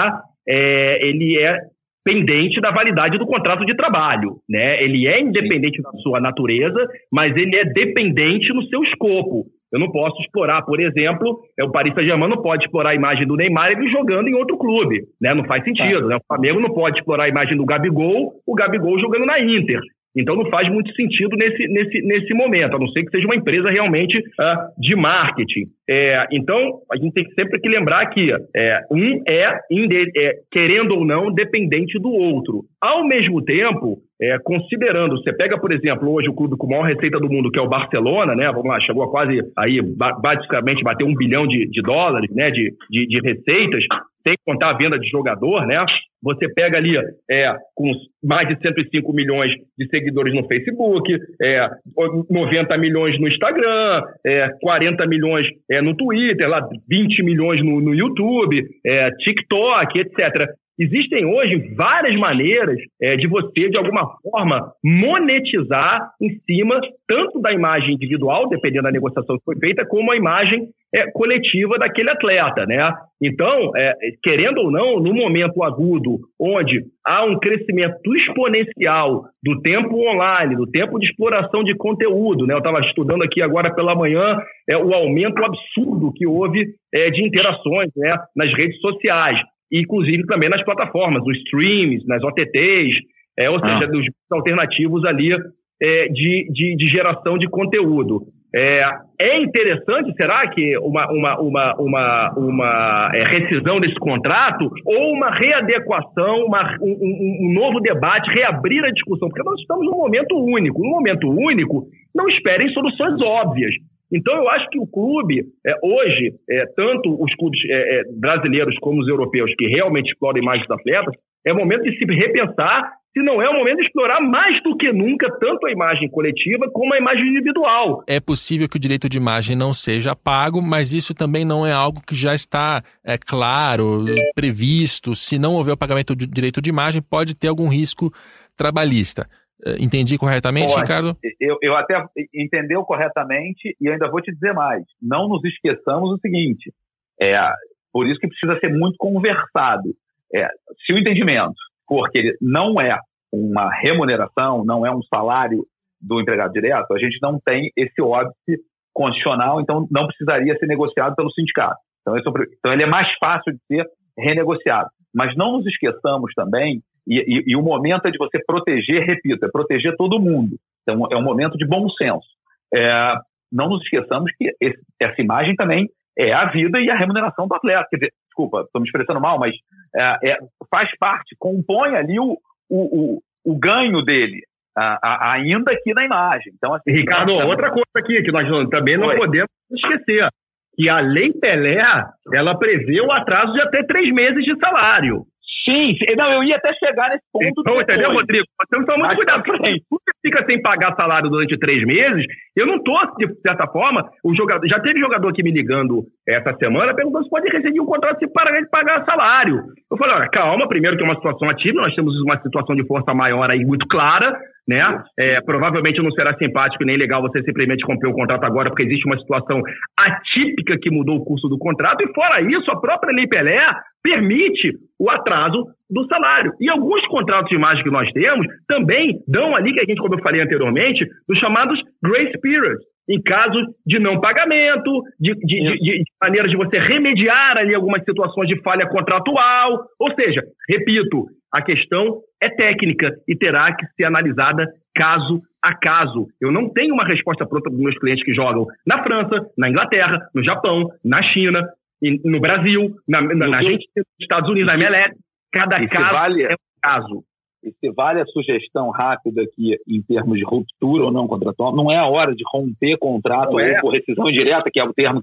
é, ele é pendente da validade do contrato de trabalho, né? Ele é independente da sua natureza, mas ele é dependente no seu escopo. Eu não posso explorar, por exemplo, é, o Paris Saint-Germain não pode explorar a imagem do Neymar ele jogando em outro clube, né? Não faz sentido, né? O Flamengo não pode explorar a imagem do Gabigol, o Gabigol jogando na Inter. Então não faz muito sentido nesse, nesse, nesse momento, a não ser que seja uma empresa realmente uh, de marketing. É, então, a gente tem sempre que lembrar que é, um é, é, querendo ou não, dependente do outro. Ao mesmo tempo, é, considerando, você pega, por exemplo, hoje o clube com a maior receita do mundo, que é o Barcelona, né? Vamos lá, chegou a quase, aí, basicamente, bater um bilhão de, de dólares, né? De, de, de receitas, sem contar a venda de jogador, né? Você pega ali é, com mais de cento e cinco milhões de seguidores no Facebook, é, noventa milhões no Instagram, é, quarenta milhões é, no Twitter, lá, vinte milhões no, no YouTube, é, TikTok, etcétera. Existem hoje várias maneiras é, de você, de alguma forma, monetizar em cima tanto da imagem individual, dependendo da negociação que foi feita, como a imagem é, coletiva daquele atleta, né? Então, é, querendo ou não, no momento agudo, onde há um crescimento exponencial do tempo online, do tempo de exploração de conteúdo, né? Eu estava estudando aqui agora pela manhã é, o aumento absurdo que houve é, de interações, né, nas redes sociais, inclusive também nas plataformas, nos streams, nas O T Ts, é, ou seja, ah. dos alternativos ali é, de, de, de geração de conteúdo. É, é interessante, será que uma, uma, uma, uma, uma é, rescisão desse contrato ou uma readequação, uma, um, um novo debate, reabrir a discussão? Porque nós estamos num momento único. Num momento único, não esperem soluções óbvias. Então, eu acho que o clube, é, hoje, é, tanto os clubes é, é, brasileiros como os europeus, que realmente exploram imagens dos atletas, é momento de se repensar se não é o momento de explorar mais do que nunca tanto a imagem coletiva como a imagem individual. É possível que o direito de imagem não seja pago, mas isso também não é algo que já está é, claro, previsto. Se não houver o pagamento de direito de imagem, pode ter algum risco trabalhista. Entendi corretamente, Pode. Ricardo? Eu, eu até entendeu corretamente e ainda vou te dizer mais. Não nos esqueçamos o seguinte, é, por isso que precisa ser muito conversado. É, se o entendimento for que ele não é uma remuneração, não é um salário do empregado direto, a gente não tem esse óbice condicional, então não precisaria ser negociado pelo sindicato. Então, esse, então ele é mais fácil de ser renegociado. Mas não nos esqueçamos também, e, e, e o momento é de você proteger, repito, é proteger todo mundo. Então é um momento de bom senso. É, não nos esqueçamos que esse, essa imagem também é a vida e a remuneração do atleta. Quer dizer, desculpa, estou me expressando mal, mas é, é, faz parte, compõe ali o, o, o, o ganho dele, a, a, ainda aqui na imagem. Então, assim, Ricardo, nós... outra coisa aqui que nós também não Oi. podemos esquecer, que a Lei Pelé, ela prevê o atraso de até três meses de salário. Sim, não, eu ia até chegar nesse ponto. Então, entendeu, Rodrigo? Nós temos que tomar muito cuidado. Porque se você fica sem pagar salário durante três meses, eu não estou, de certa forma, o jogador, já teve jogador aqui me ligando essa semana perguntando se pode receber um contrato se parar de pagar salário. Eu falei, olha, calma, primeiro que é uma situação atípica, nós temos uma situação de força maior aí muito clara, né? É, provavelmente não será simpático nem legal você simplesmente romper o contrato agora, porque existe uma situação atípica que mudou o curso do contrato, e fora isso, a própria Lei Pelé permite o atraso do salário. E alguns contratos de imagem que nós temos também dão ali, que a gente, como eu falei anteriormente, dos chamados grace periods, em caso de não pagamento, de, de, de, de maneira de você remediar ali algumas situações de falha contratual. Ou seja, repito, a questão é técnica e terá que ser analisada caso a caso. Eu não tenho uma resposta pronta para os meus clientes que jogam na França, na Inglaterra, no Japão, na China, no Brasil, na, na, na Argentina, nos Estados Unidos, na M L S. Cada caso vale, é um caso. E se vale a sugestão rápida aqui em termos de ruptura ou não contratual, não é a hora de romper contrato ou é. por rescisão indireta, que é o termo que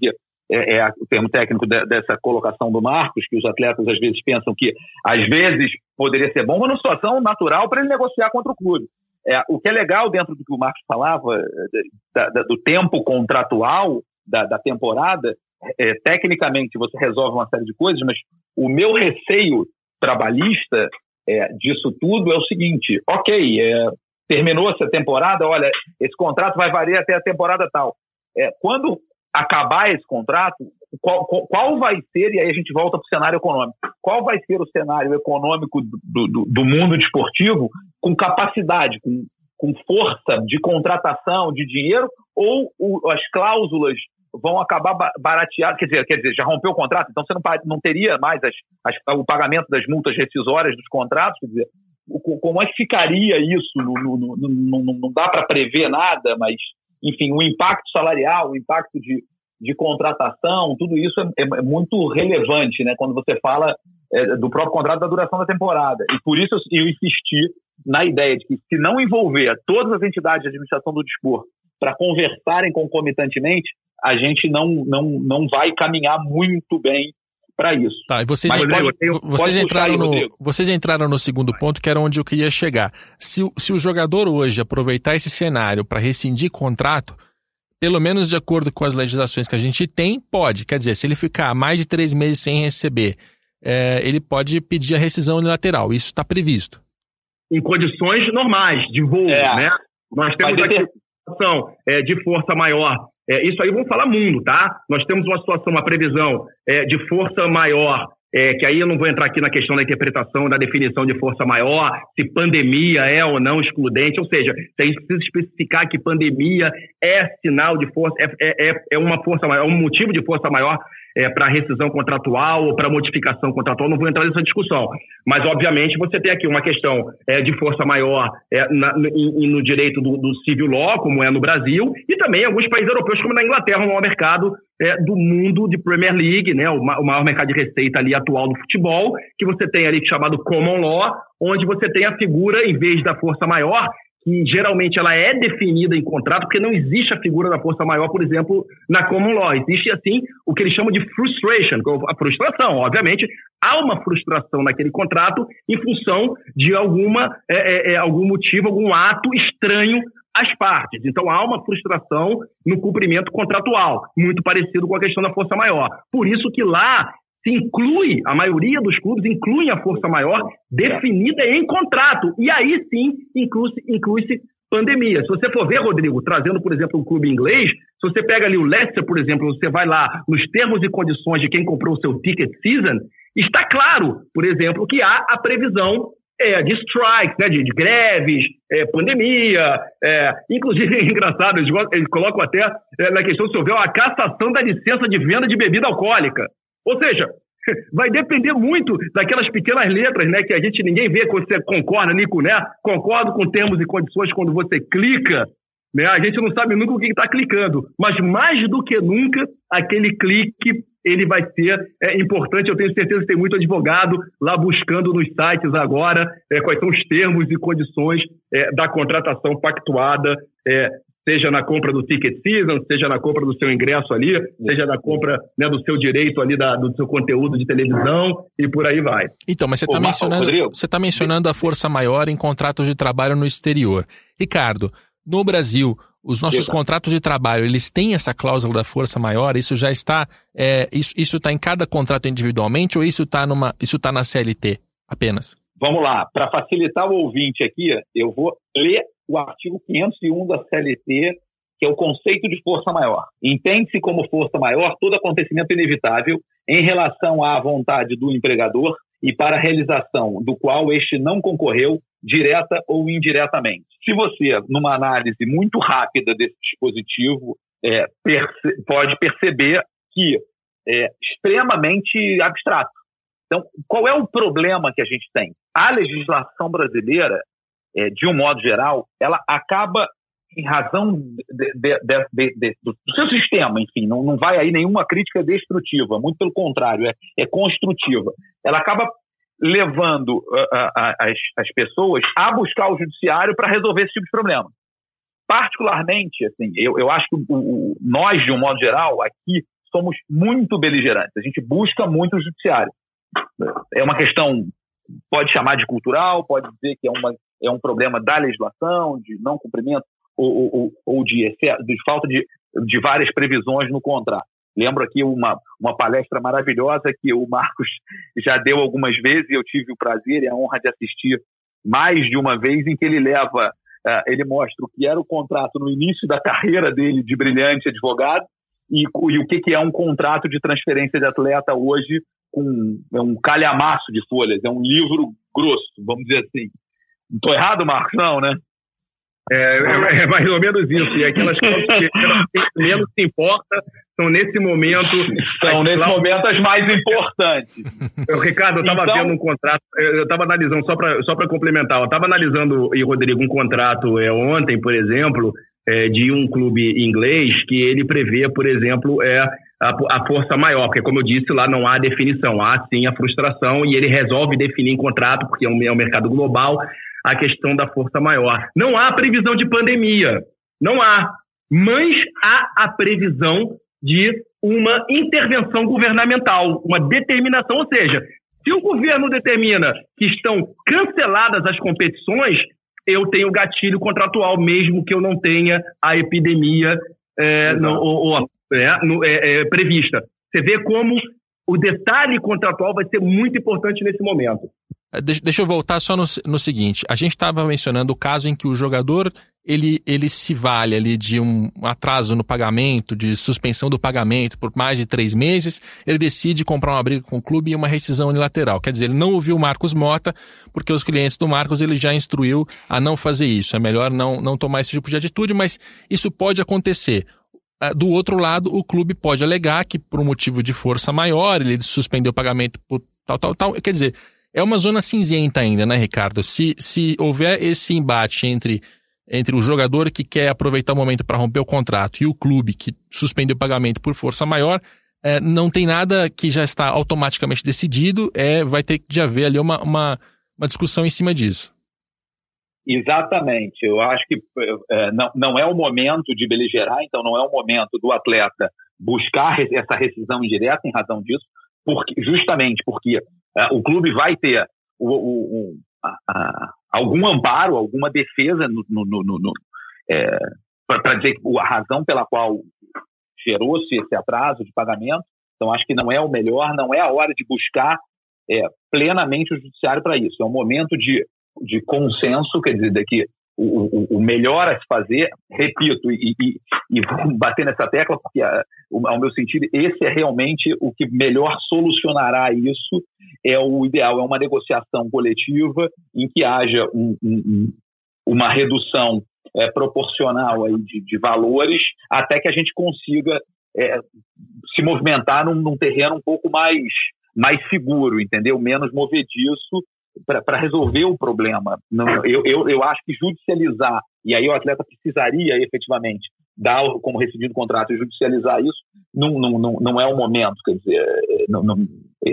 é, é o termo técnico de, dessa colocação do Marcos, que os atletas às vezes pensam que às vezes poderia ser bom, mas numa situação natural para ele negociar contra o clube. É, o que é legal dentro do que o Marcos falava, da, da, do tempo contratual da, da temporada, é, tecnicamente você resolve uma série de coisas, mas o meu receio trabalhista é, disso tudo é o seguinte: ok, é, terminou essa temporada, olha, esse contrato vai variar até a temporada tal. É, quando acabar esse contrato, qual, qual, qual vai ser, e aí a gente volta para o cenário econômico, qual vai ser o cenário econômico do, do, do mundo desportivo com capacidade, com, com força de contratação de dinheiro, ou o, as cláusulas vão acabar barateadas, quer dizer, quer dizer, já rompeu o contrato, então você não, não teria mais as, as, o pagamento das multas rescisórias dos contratos, quer dizer, como é que ficaria isso? Não, não, não, não, não dá para prever nada, mas, enfim, o impacto salarial, o impacto de, de contratação, tudo isso é, é muito relevante, né, quando você fala é, do próprio contrato, da duração da temporada. E por isso eu, eu insisti na ideia de que, se não envolver todas as entidades de administração do desporto para conversarem concomitantemente, a gente não, não, não vai caminhar muito bem para isso. Tá, e vocês, Mas, entraram, tenho, vocês, entraram aí, no, vocês entraram no segundo ponto, que era onde eu queria chegar. Se, se o jogador hoje aproveitar esse cenário para rescindir contrato, pelo menos de acordo com as legislações que a gente tem, pode. Quer dizer, se ele ficar mais de três meses sem receber, é, ele pode pedir a rescisão unilateral. Isso está previsto. Em condições normais de voo, é. né? Nós temos Mas aqui uma situação é, de força maior. É, isso aí vamos falar mundo, tá? Nós temos uma situação, uma previsão é, de força maior, é, que aí eu não vou entrar aqui na questão da interpretação, da definição de força maior, se pandemia é ou não excludente, ou seja, se a gente precisa especificar que pandemia é sinal de força, é, é, é uma força maior, um motivo de força maior é, para rescisão contratual ou para modificação contratual, não vou entrar nessa discussão. Mas, obviamente, você tem aqui uma questão é, de força maior é, na, no, no direito do, do civil law, como é no Brasil, e também em alguns países europeus, como na Inglaterra, o maior mercado é, do mundo de Premier League, né, o, o maior mercado de receita ali atual do futebol, que você tem ali chamado common law, onde você tem a figura, em vez da força maior, que geralmente ela é definida em contrato, porque não existe a figura da força maior, por exemplo, na common law. Existe, assim, o que eles chamam de frustration, a frustração. Obviamente, há uma frustração naquele contrato em função de alguma, é, é, algum motivo, algum ato estranho às partes. Então, há uma frustração no cumprimento contratual, muito parecido com a questão da força maior. Por isso que lá se inclui, a maioria dos clubes inclui a força maior definida em contrato. E aí sim inclui-se, inclui-se pandemia. Se você for ver, Rodrigo, trazendo, por exemplo, um clube inglês, se você pega ali o Leicester, por exemplo, você vai lá nos termos e condições de quem comprou o seu ticket season, está claro, por exemplo, que há a previsão é, de strikes, né, de, de greves, é, pandemia, é, inclusive é engraçado, eles, eles colocam até é, na questão, se houver a cassação da licença de venda de bebida alcoólica. Ou seja, vai depender muito daquelas pequenas letras, né, que a gente ninguém vê quando você concorda, Nico, né? Concordo com termos e condições quando você clica, né? A gente não sabe nunca o que está clicando, mas mais do que nunca, aquele clique, ele vai ser é, importante. Eu tenho certeza que tem muito advogado lá buscando nos sites agora é, quais são os termos e condições é, da contratação pactuada, é, seja na compra do ticket season, seja na compra do seu ingresso ali, seja na compra, né, do seu direito ali, da, do seu conteúdo de televisão e por aí vai. Então, mas você está mencionando, você tá mencionando a força maior em contratos de trabalho no exterior. Ricardo, no Brasil, os nossos Exato. contratos de trabalho, eles têm essa cláusula da força maior? Isso já está, é, isso, isso está em cada contrato individualmente ou isso está numa, isso está na C L T apenas? Vamos lá, para facilitar o ouvinte aqui, eu vou ler o artigo quinhentos e um da C L T, que é o conceito de força maior. Entende-se como força maior todo acontecimento inevitável em relação à vontade do empregador e para a realização do qual este não concorreu direta ou indiretamente. Se você, numa análise muito rápida desse dispositivo, é, perce- pode perceber que é extremamente abstrato. Então, qual é o problema que a gente tem? A legislação brasileira, É, de um modo geral, ela acaba, em razão de, de, de, de, de, do seu sistema, enfim, não, não vai aí nenhuma crítica destrutiva, muito pelo contrário, é, é construtiva. Ela acaba levando uh, uh, as, as pessoas a buscar o judiciário para resolver esse tipo de problema. Particularmente, assim, eu, eu acho que o, o, nós, de um modo geral, aqui, somos muito beligerantes, a gente busca muito o judiciário. É uma questão, pode chamar de cultural, pode dizer que é, uma, é um problema da legislação, de não cumprimento ou, ou, ou de, excesso, de falta de, de várias previsões no contrato. Lembro aqui uma, uma palestra maravilhosa que o Marcos já deu algumas vezes, e eu tive o prazer e a honra de assistir mais de uma vez, em que ele leva, uh, ele mostra o que era o contrato no início da carreira dele de brilhante advogado e, e o que, que é um contrato de transferência de atleta hoje, com é um calhamaço de folhas, é um livro grosso, vamos dizer assim. Não estou errado, Marcos? Não, né? É, é, é mais ou menos isso. E aquelas coisas que menos se importa são nesse momento... São nesse momento as mais importantes. Eu, Ricardo, eu estava então... vendo um contrato, eu estava analisando, só para só para complementar, eu estava analisando, e Rodrigo, um contrato é, ontem, por exemplo, é, de um clube inglês que ele prevê, por exemplo, é, a, a força maior, porque como eu disse, lá não há definição, há sim a frustração, e ele resolve definir em contrato, porque é um, é um mercado global, a questão da força maior. Não há previsão de pandemia, não há, mas há a previsão de uma intervenção governamental, uma determinação, ou seja, se o governo determina que estão canceladas as competições, eu tenho gatilho contratual, mesmo que eu não tenha a epidemia é, no, ou, ou, é, no, é, é, prevista. Você vê como o detalhe contratual vai ser muito importante nesse momento. Deixa, deixa eu voltar só no, no seguinte, a gente estava mencionando o caso em que o jogador ele, ele se vale ali de um atraso no pagamento, de suspensão do pagamento por mais de três meses, ele decide comprar uma briga com o clube e uma rescisão unilateral. Quer dizer, ele não ouviu o Marcos Mota, porque os clientes do Marcos ele já instruiu a não fazer isso. É melhor não, não tomar esse tipo de atitude, mas isso pode acontecer. Do outro lado, o clube pode alegar que por um motivo de força maior, ele suspendeu o pagamento por tal, tal, tal. Quer dizer, é uma zona cinzenta ainda, né, Ricardo? Se, se houver esse embate entre, entre o jogador que quer aproveitar o momento para romper o contrato e o clube que suspendeu o pagamento por força maior, é, não tem nada que já está automaticamente decidido, é, vai ter de haver ali uma, uma, uma discussão em cima disso. Exatamente. Eu acho que é, não, não é o momento de beligerar, então não é o momento do atleta buscar essa rescisão indireta em razão disso, porque, justamente porque uh, o clube vai ter o, o, o, a, a, algum amparo, alguma defesa no, no, no, no, é, para dizer a razão pela qual gerou-se esse atraso de pagamento. Então, acho que não é o melhor, não é a hora de buscar é, plenamente o judiciário para isso. É um momento de, de consenso, quer dizer, de que o, o, o melhor a se fazer, repito, e, e, e vou bater nessa tecla, porque, ao meu sentido, esse é realmente o que melhor solucionará isso, é o ideal, é uma negociação coletiva em que haja um, um, uma redução é, proporcional aí de, de valores, até que a gente consiga é, se movimentar num, num terreno um pouco mais, mais seguro, entendeu? Menos movediço, para resolver o problema. Não, eu, eu, eu acho que judicializar, e aí o atleta precisaria efetivamente dar como rescindido o contrato e judicializar isso, não, não, não, não é o momento, quer dizer, não, não,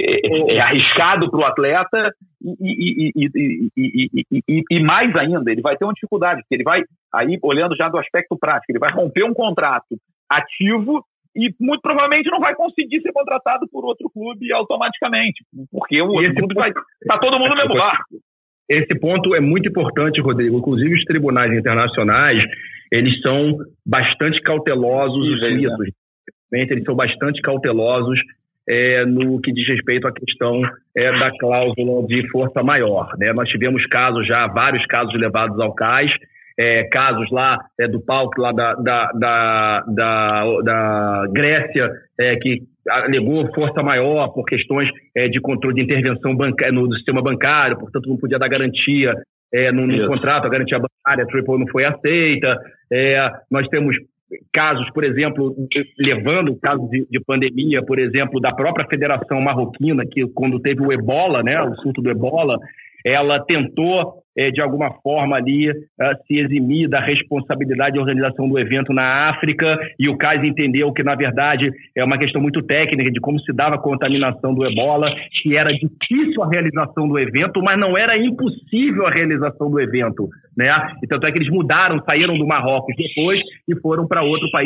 é, é arriscado para o atleta e, e, e, e, e, e, e, e mais ainda, ele vai ter uma dificuldade, porque ele vai, aí olhando já do aspecto prático, ele vai romper um contrato ativo e muito provavelmente não vai conseguir ser contratado por outro clube automaticamente, porque o outro clube vai... Está todo mundo no mesmo barco. Esse ponto é muito importante, Rodrigo. Inclusive, os tribunais internacionais, eles são bastante cautelosos, os suíços, né? Eles são bastante cautelosos é, no que diz respeito à questão é, da cláusula de força maior, né? Nós tivemos casos já, vários casos levados ao cais, É, casos lá é, do palco lá da, da, da, da, da Grécia, é, que alegou força maior por questões é, de controle de intervenção banca- no sistema bancário, portanto não podia dar garantia é, no, no contrato, a garantia bancária, a Triple não foi aceita. É, nós temos casos, por exemplo, levando casos de, de pandemia, por exemplo, da própria Federação Marroquina, que quando teve o Ebola, né, o surto do Ebola, ela tentou, é, de alguma forma ali, uh, se eximir da responsabilidade de organização do evento na África, e o C A S entendeu que, na verdade, é uma questão muito técnica de como se dava a contaminação do Ebola, que era difícil a realização do evento, mas não era impossível a realização do evento, né? E tanto é que eles mudaram, saíram do Marrocos depois e foram para outro país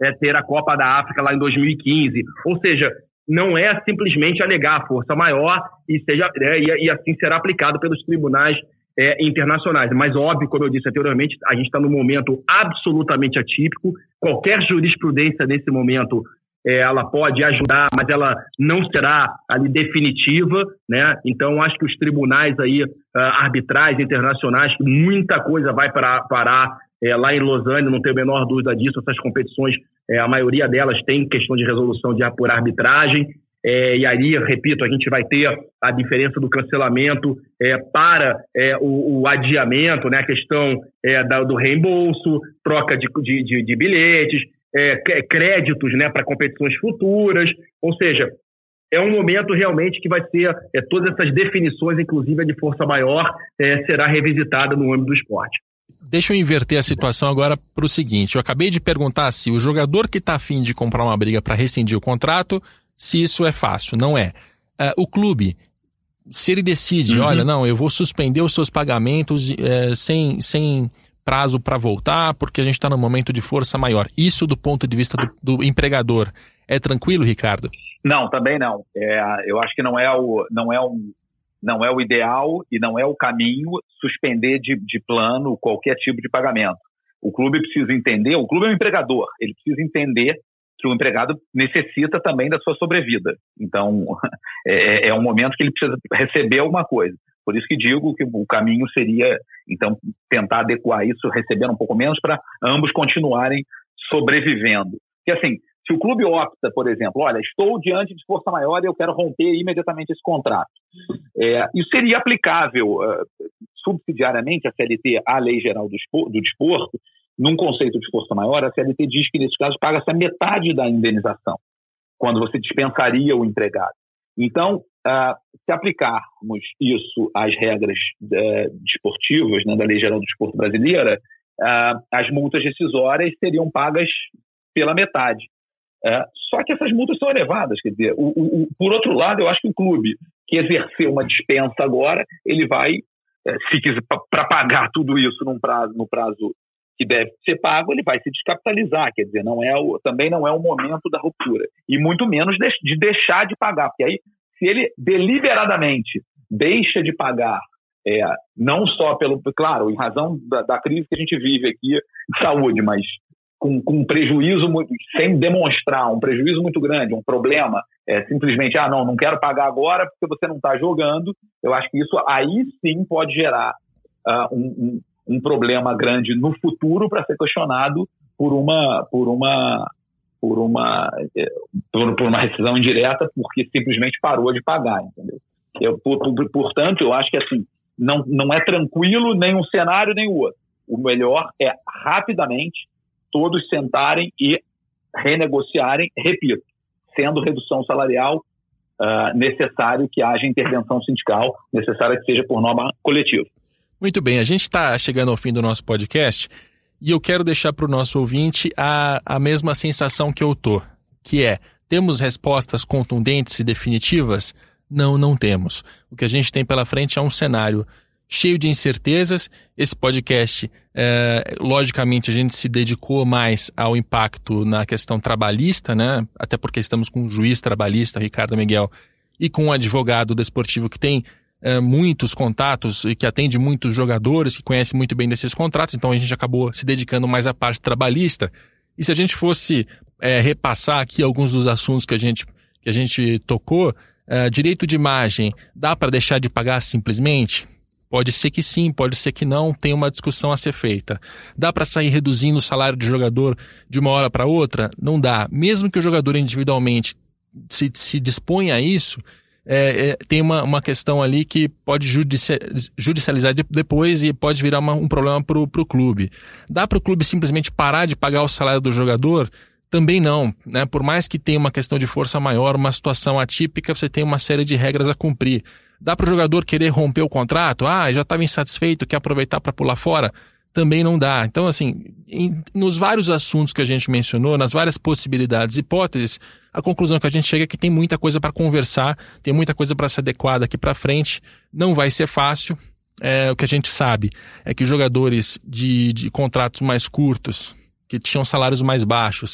é, ter a Copa da África lá em dois mil e quinze. Ou seja, não é simplesmente alegar força maior e, seja, é, e, e assim será aplicado pelos tribunais é, internacionais. Mas, óbvio, como eu disse anteriormente, a gente está num momento absolutamente atípico. Qualquer jurisprudência nesse momento é, ela pode ajudar, mas ela não será ali definitiva, né? Então, acho que os tribunais aí, uh, arbitrais internacionais, muita coisa vai parar, parar é, lá em Lausanne, não tenho a menor dúvida disso. Essas competições, é, a maioria delas tem questão de resolução de, por arbitragem, é, e aí, repito, a gente vai ter a diferença do cancelamento é, para é, o, o adiamento, né? A questão é, da, do reembolso, troca de, de, de, de bilhetes, É, créditos, né, para competições futuras, ou seja, é um momento realmente que vai ser, é, todas essas definições, inclusive a de força maior, é, será revisitada no âmbito do esporte. Deixa eu inverter a situação agora para o seguinte, eu acabei de perguntar se o jogador que está afim de comprar uma briga para rescindir o contrato, se isso é fácil, não é. Uh, o clube, se ele decide, uhum. olha, não, eu vou suspender os seus pagamentos é, sem... sem prazo para voltar, porque a gente está num momento de força maior. Isso, do ponto de vista do, do empregador, é tranquilo, Ricardo? Não, também não. É, eu acho que não é o, não é um, não é o ideal e não é o caminho suspender de, de plano qualquer tipo de pagamento. O clube precisa entender, o clube é um empregador, ele precisa entender que o empregado necessita também da sua sobrevida. Então, é, é um momento que ele precisa receber alguma coisa. Por isso que digo que o caminho seria, então, tentar adequar isso, recebendo um pouco menos, para ambos continuarem sobrevivendo. Porque, assim, se o clube opta, por exemplo, olha, estou diante de força maior e eu quero romper imediatamente esse contrato, é, isso seria aplicável uh, subsidiariamente à C L T, à Lei Geral do, do Desporto. Num conceito de força maior, a C L T diz que, nesses casos, paga-se a metade da indenização, quando você dispensaria o empregado. Então, uh, se aplicarmos isso às regras uh, desportivas, né, da Lei Geral do Desporto brasileira, uh, as multas rescisórias seriam pagas pela metade. Uh, só que essas multas são elevadas. Quer dizer, o, o, o, por outro lado, eu acho que o clube que exercer uma dispensa agora, ele vai, uh, se quiser, para pagar tudo isso num prazo, no prazo que deve ser pago, ele vai se descapitalizar, quer dizer, não é o, também não é o momento da ruptura, e muito menos de, de deixar de pagar, porque aí, se ele deliberadamente deixa de pagar, é, não só pelo, claro, em razão da, da crise que a gente vive aqui de saúde, mas com, com um prejuízo, muito, sem demonstrar um prejuízo muito grande, um problema, é, simplesmente, ah, não, não quero pagar agora porque você não está jogando, eu acho que isso aí sim pode gerar uh, um, um um problema grande no futuro para ser questionado por uma, por uma, por uma, por, por uma rescisão indireta, porque simplesmente parou de pagar, entendeu? Eu, por, por, portanto, eu acho que assim, não, não é tranquilo nem um cenário nem o outro. O melhor é rapidamente todos sentarem e renegociarem, repito, sendo redução salarial uh, necessário que haja intervenção sindical, necessária que seja por norma coletiva. Muito bem, a gente está chegando ao fim do nosso podcast e eu quero deixar para o nosso ouvinte a, a mesma sensação que eu tô, que é, temos respostas contundentes e definitivas? Não, não temos. O que a gente tem pela frente é um cenário cheio de incertezas. Esse podcast, é, logicamente, a gente se dedicou mais ao impacto na questão trabalhista, né? Até porque estamos com um juiz trabalhista, Ricardo Miguel, e com um advogado desportivo que tem É, muitos contatos e que atende muitos jogadores, que conhece muito bem desses contratos, então a gente acabou se dedicando mais à parte trabalhista. E se a gente fosse é, repassar aqui alguns dos assuntos que a gente, que a gente tocou, é, direito de imagem, dá para deixar de pagar simplesmente? Pode ser que sim, pode ser que não, tem uma discussão a ser feita. Dá para sair reduzindo o salário do jogador de uma hora para outra? Não dá. Mesmo que o jogador individualmente se, se disponha a isso, É, é, tem uma, uma questão ali que pode judicializar depois e pode virar uma, um problema para o clube. Dá para o clube simplesmente parar de pagar o salário do jogador? Também não, né? Por mais que tenha uma questão de força maior, uma situação atípica, você tem uma série de regras a cumprir. Dá para o jogador querer romper o contrato? Ah, já estava insatisfeito, quer aproveitar para pular fora? Também não dá. Então, assim, em, nos vários assuntos que a gente mencionou, nas várias possibilidades, hipóteses, a conclusão que a gente chega é que tem muita coisa para conversar, tem muita coisa para ser adequada aqui para frente, não vai ser fácil. É, o que a gente sabe é que jogadores de, de contratos mais curtos, que tinham salários mais baixos,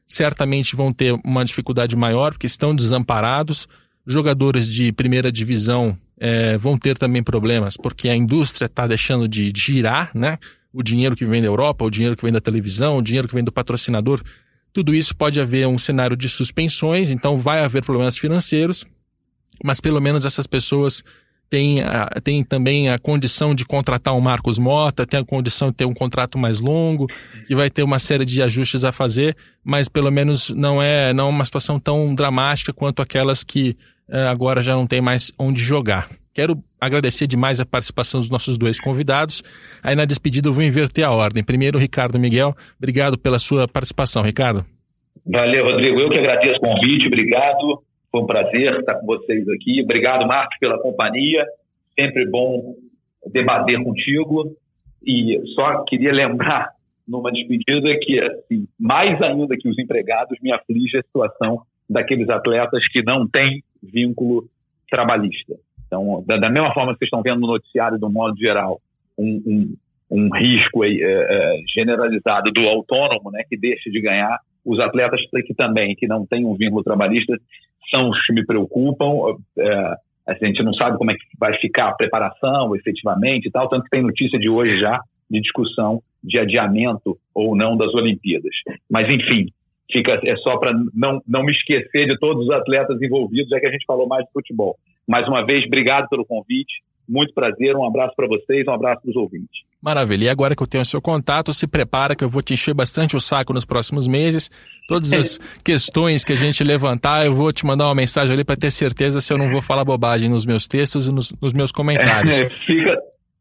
certamente vão ter uma dificuldade maior, porque estão desamparados. Jogadores de primeira divisão é, vão ter também problemas, porque a indústria está deixando de girar, né? O dinheiro que vem da Europa, o dinheiro que vem da televisão, o dinheiro que vem do patrocinador, tudo isso pode haver um cenário de suspensões, então vai haver problemas financeiros, mas pelo menos essas pessoas têm, a, têm também a condição de contratar um Marcos Mota, tem a condição de ter um contrato mais longo, que vai ter uma série de ajustes a fazer, mas pelo menos não é, não é uma situação tão dramática quanto aquelas que uh, agora já não tem mais onde jogar. Quero agradecer demais a participação dos nossos dois convidados. Aí na despedida eu vou inverter a ordem. Primeiro, Ricardo Miguel, obrigado pela sua participação, Ricardo. Valeu, Rodrigo. Eu que agradeço o convite, obrigado. Foi um prazer estar com vocês aqui. Obrigado, Marcos, pela companhia. Sempre bom debater contigo. E só queria lembrar, numa despedida, que assim, mais ainda que os empregados, me aflige a situação daqueles atletas que não têm vínculo trabalhista. Então, da, da mesma forma que vocês estão vendo no noticiário, do modo geral, um, um, um risco aí, é, é, generalizado do autônomo, né, que deixa de ganhar, os atletas que também, que não têm um vínculo trabalhista, são os que me preocupam. É, a gente não sabe como é que vai ficar a preparação efetivamente e tal, tanto que tem notícia de hoje já de discussão de adiamento ou não das Olimpíadas. Mas, enfim, fica, é só para não, não me esquecer de todos os atletas envolvidos, já que a gente falou mais de futebol. Mais uma vez, obrigado pelo convite, muito prazer, um abraço para vocês, um abraço para os ouvintes. Maravilha, e agora que eu tenho o seu contato, se prepara que eu vou te encher bastante o saco nos próximos meses. Todas as questões que a gente levantar, eu vou te mandar uma mensagem ali para ter certeza se eu não vou falar bobagem nos meus textos e nos, nos meus comentários. É, fica...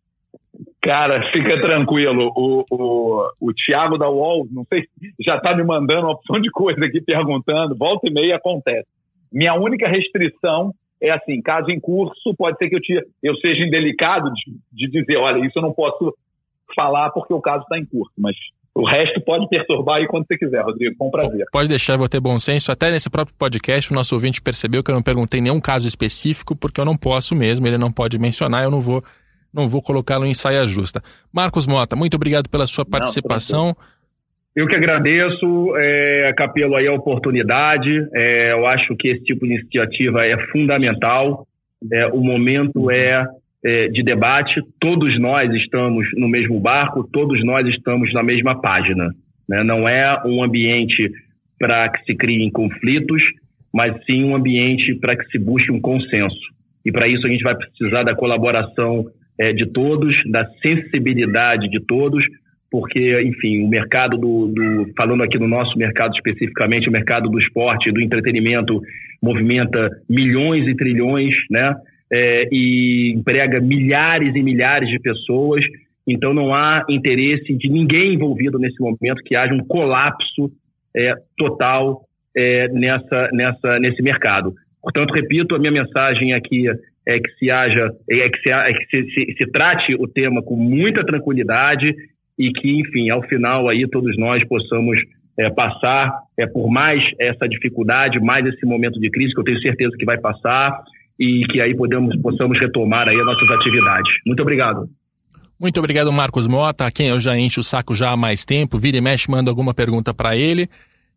Cara, fica tranquilo, o, o, o Thiago da U O L, não sei, já está me mandando uma opção de coisa aqui perguntando, volta e meia acontece. Minha única restrição é assim, caso em curso, pode ser que eu, te, eu seja indelicado de, de dizer, olha, isso eu não posso falar porque o caso está em curso, mas o resto pode perturbar aí quando você quiser, Rodrigo, com prazer. Pode deixar, eu vou ter bom senso. Até nesse próprio podcast, o nosso ouvinte percebeu que eu não perguntei nenhum caso específico, porque eu não posso mesmo, ele não pode mencionar, eu não vou... não vou colocá-lo em saia justa. Marcos Mota, muito obrigado pela sua participação. Não, eu que agradeço, é, Capelo, aí a oportunidade. É, eu acho que esse tipo de iniciativa é fundamental. É, o momento é, é de debate. Todos nós estamos no mesmo barco, todos nós estamos na mesma página, né? Não é um ambiente para que se criem conflitos, mas sim um ambiente para que se busque um consenso. E para isso a gente vai precisar da colaboração É, de todos, da sensibilidade de todos, porque, enfim, o mercado do, do, falando aqui do nosso mercado especificamente, o mercado do esporte, do entretenimento, movimenta milhões e trilhões, né? É, e emprega milhares e milhares de pessoas, então não há interesse de ninguém envolvido nesse momento que haja um colapso é, total é, nessa, nessa, nesse mercado. Portanto, repito, a minha mensagem aqui é que se haja, é que, se, é que se, se, se trate o tema com muita tranquilidade e que, enfim, ao final aí todos nós possamos é, passar é, por mais essa dificuldade, mais esse momento de crise, que eu tenho certeza que vai passar, e que aí podemos, possamos retomar aí as nossas atividades. Muito obrigado. Muito obrigado, Marcos Mota, a quem eu já encho o saco já há mais tempo. Vira e mexe, manda alguma pergunta para ele.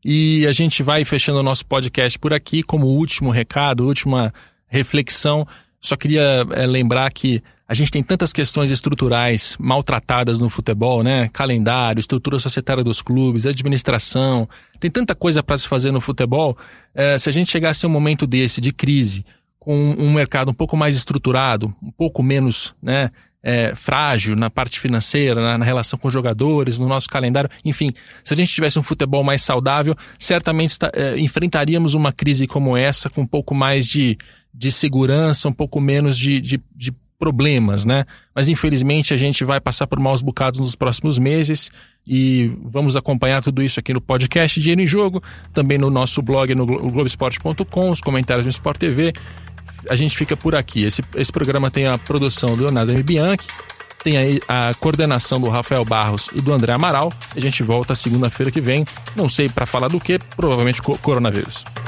E a gente vai fechando o nosso podcast por aqui. Como último recado, última reflexão, só queria é, lembrar que a gente tem tantas questões estruturais maltratadas no futebol, né? Calendário, estrutura societária dos clubes, administração. Tem tanta coisa para se fazer no futebol. É, se a gente chegasse a um momento desse, de crise, com um mercado um pouco mais estruturado, um pouco menos, né, é, frágil na parte financeira, na, na relação com os jogadores, no nosso calendário, enfim, se a gente tivesse um futebol mais saudável, certamente está, é, enfrentaríamos uma crise como essa com um pouco mais de, de segurança, um pouco menos de, de, de problemas, né? Mas infelizmente a gente vai passar por maus bocados nos próximos meses e vamos acompanhar tudo isso aqui no podcast Dinheiro em Jogo, também no nosso blog no Globoesporte ponto com, os comentários no Sport T V. A gente fica por aqui. Esse, esse programa tem a produção do Leonardo M. Bianchi, tem aí a coordenação do Rafael Barros e do André Amaral. A gente volta segunda-feira que vem, não sei para falar do que, provavelmente coronavírus.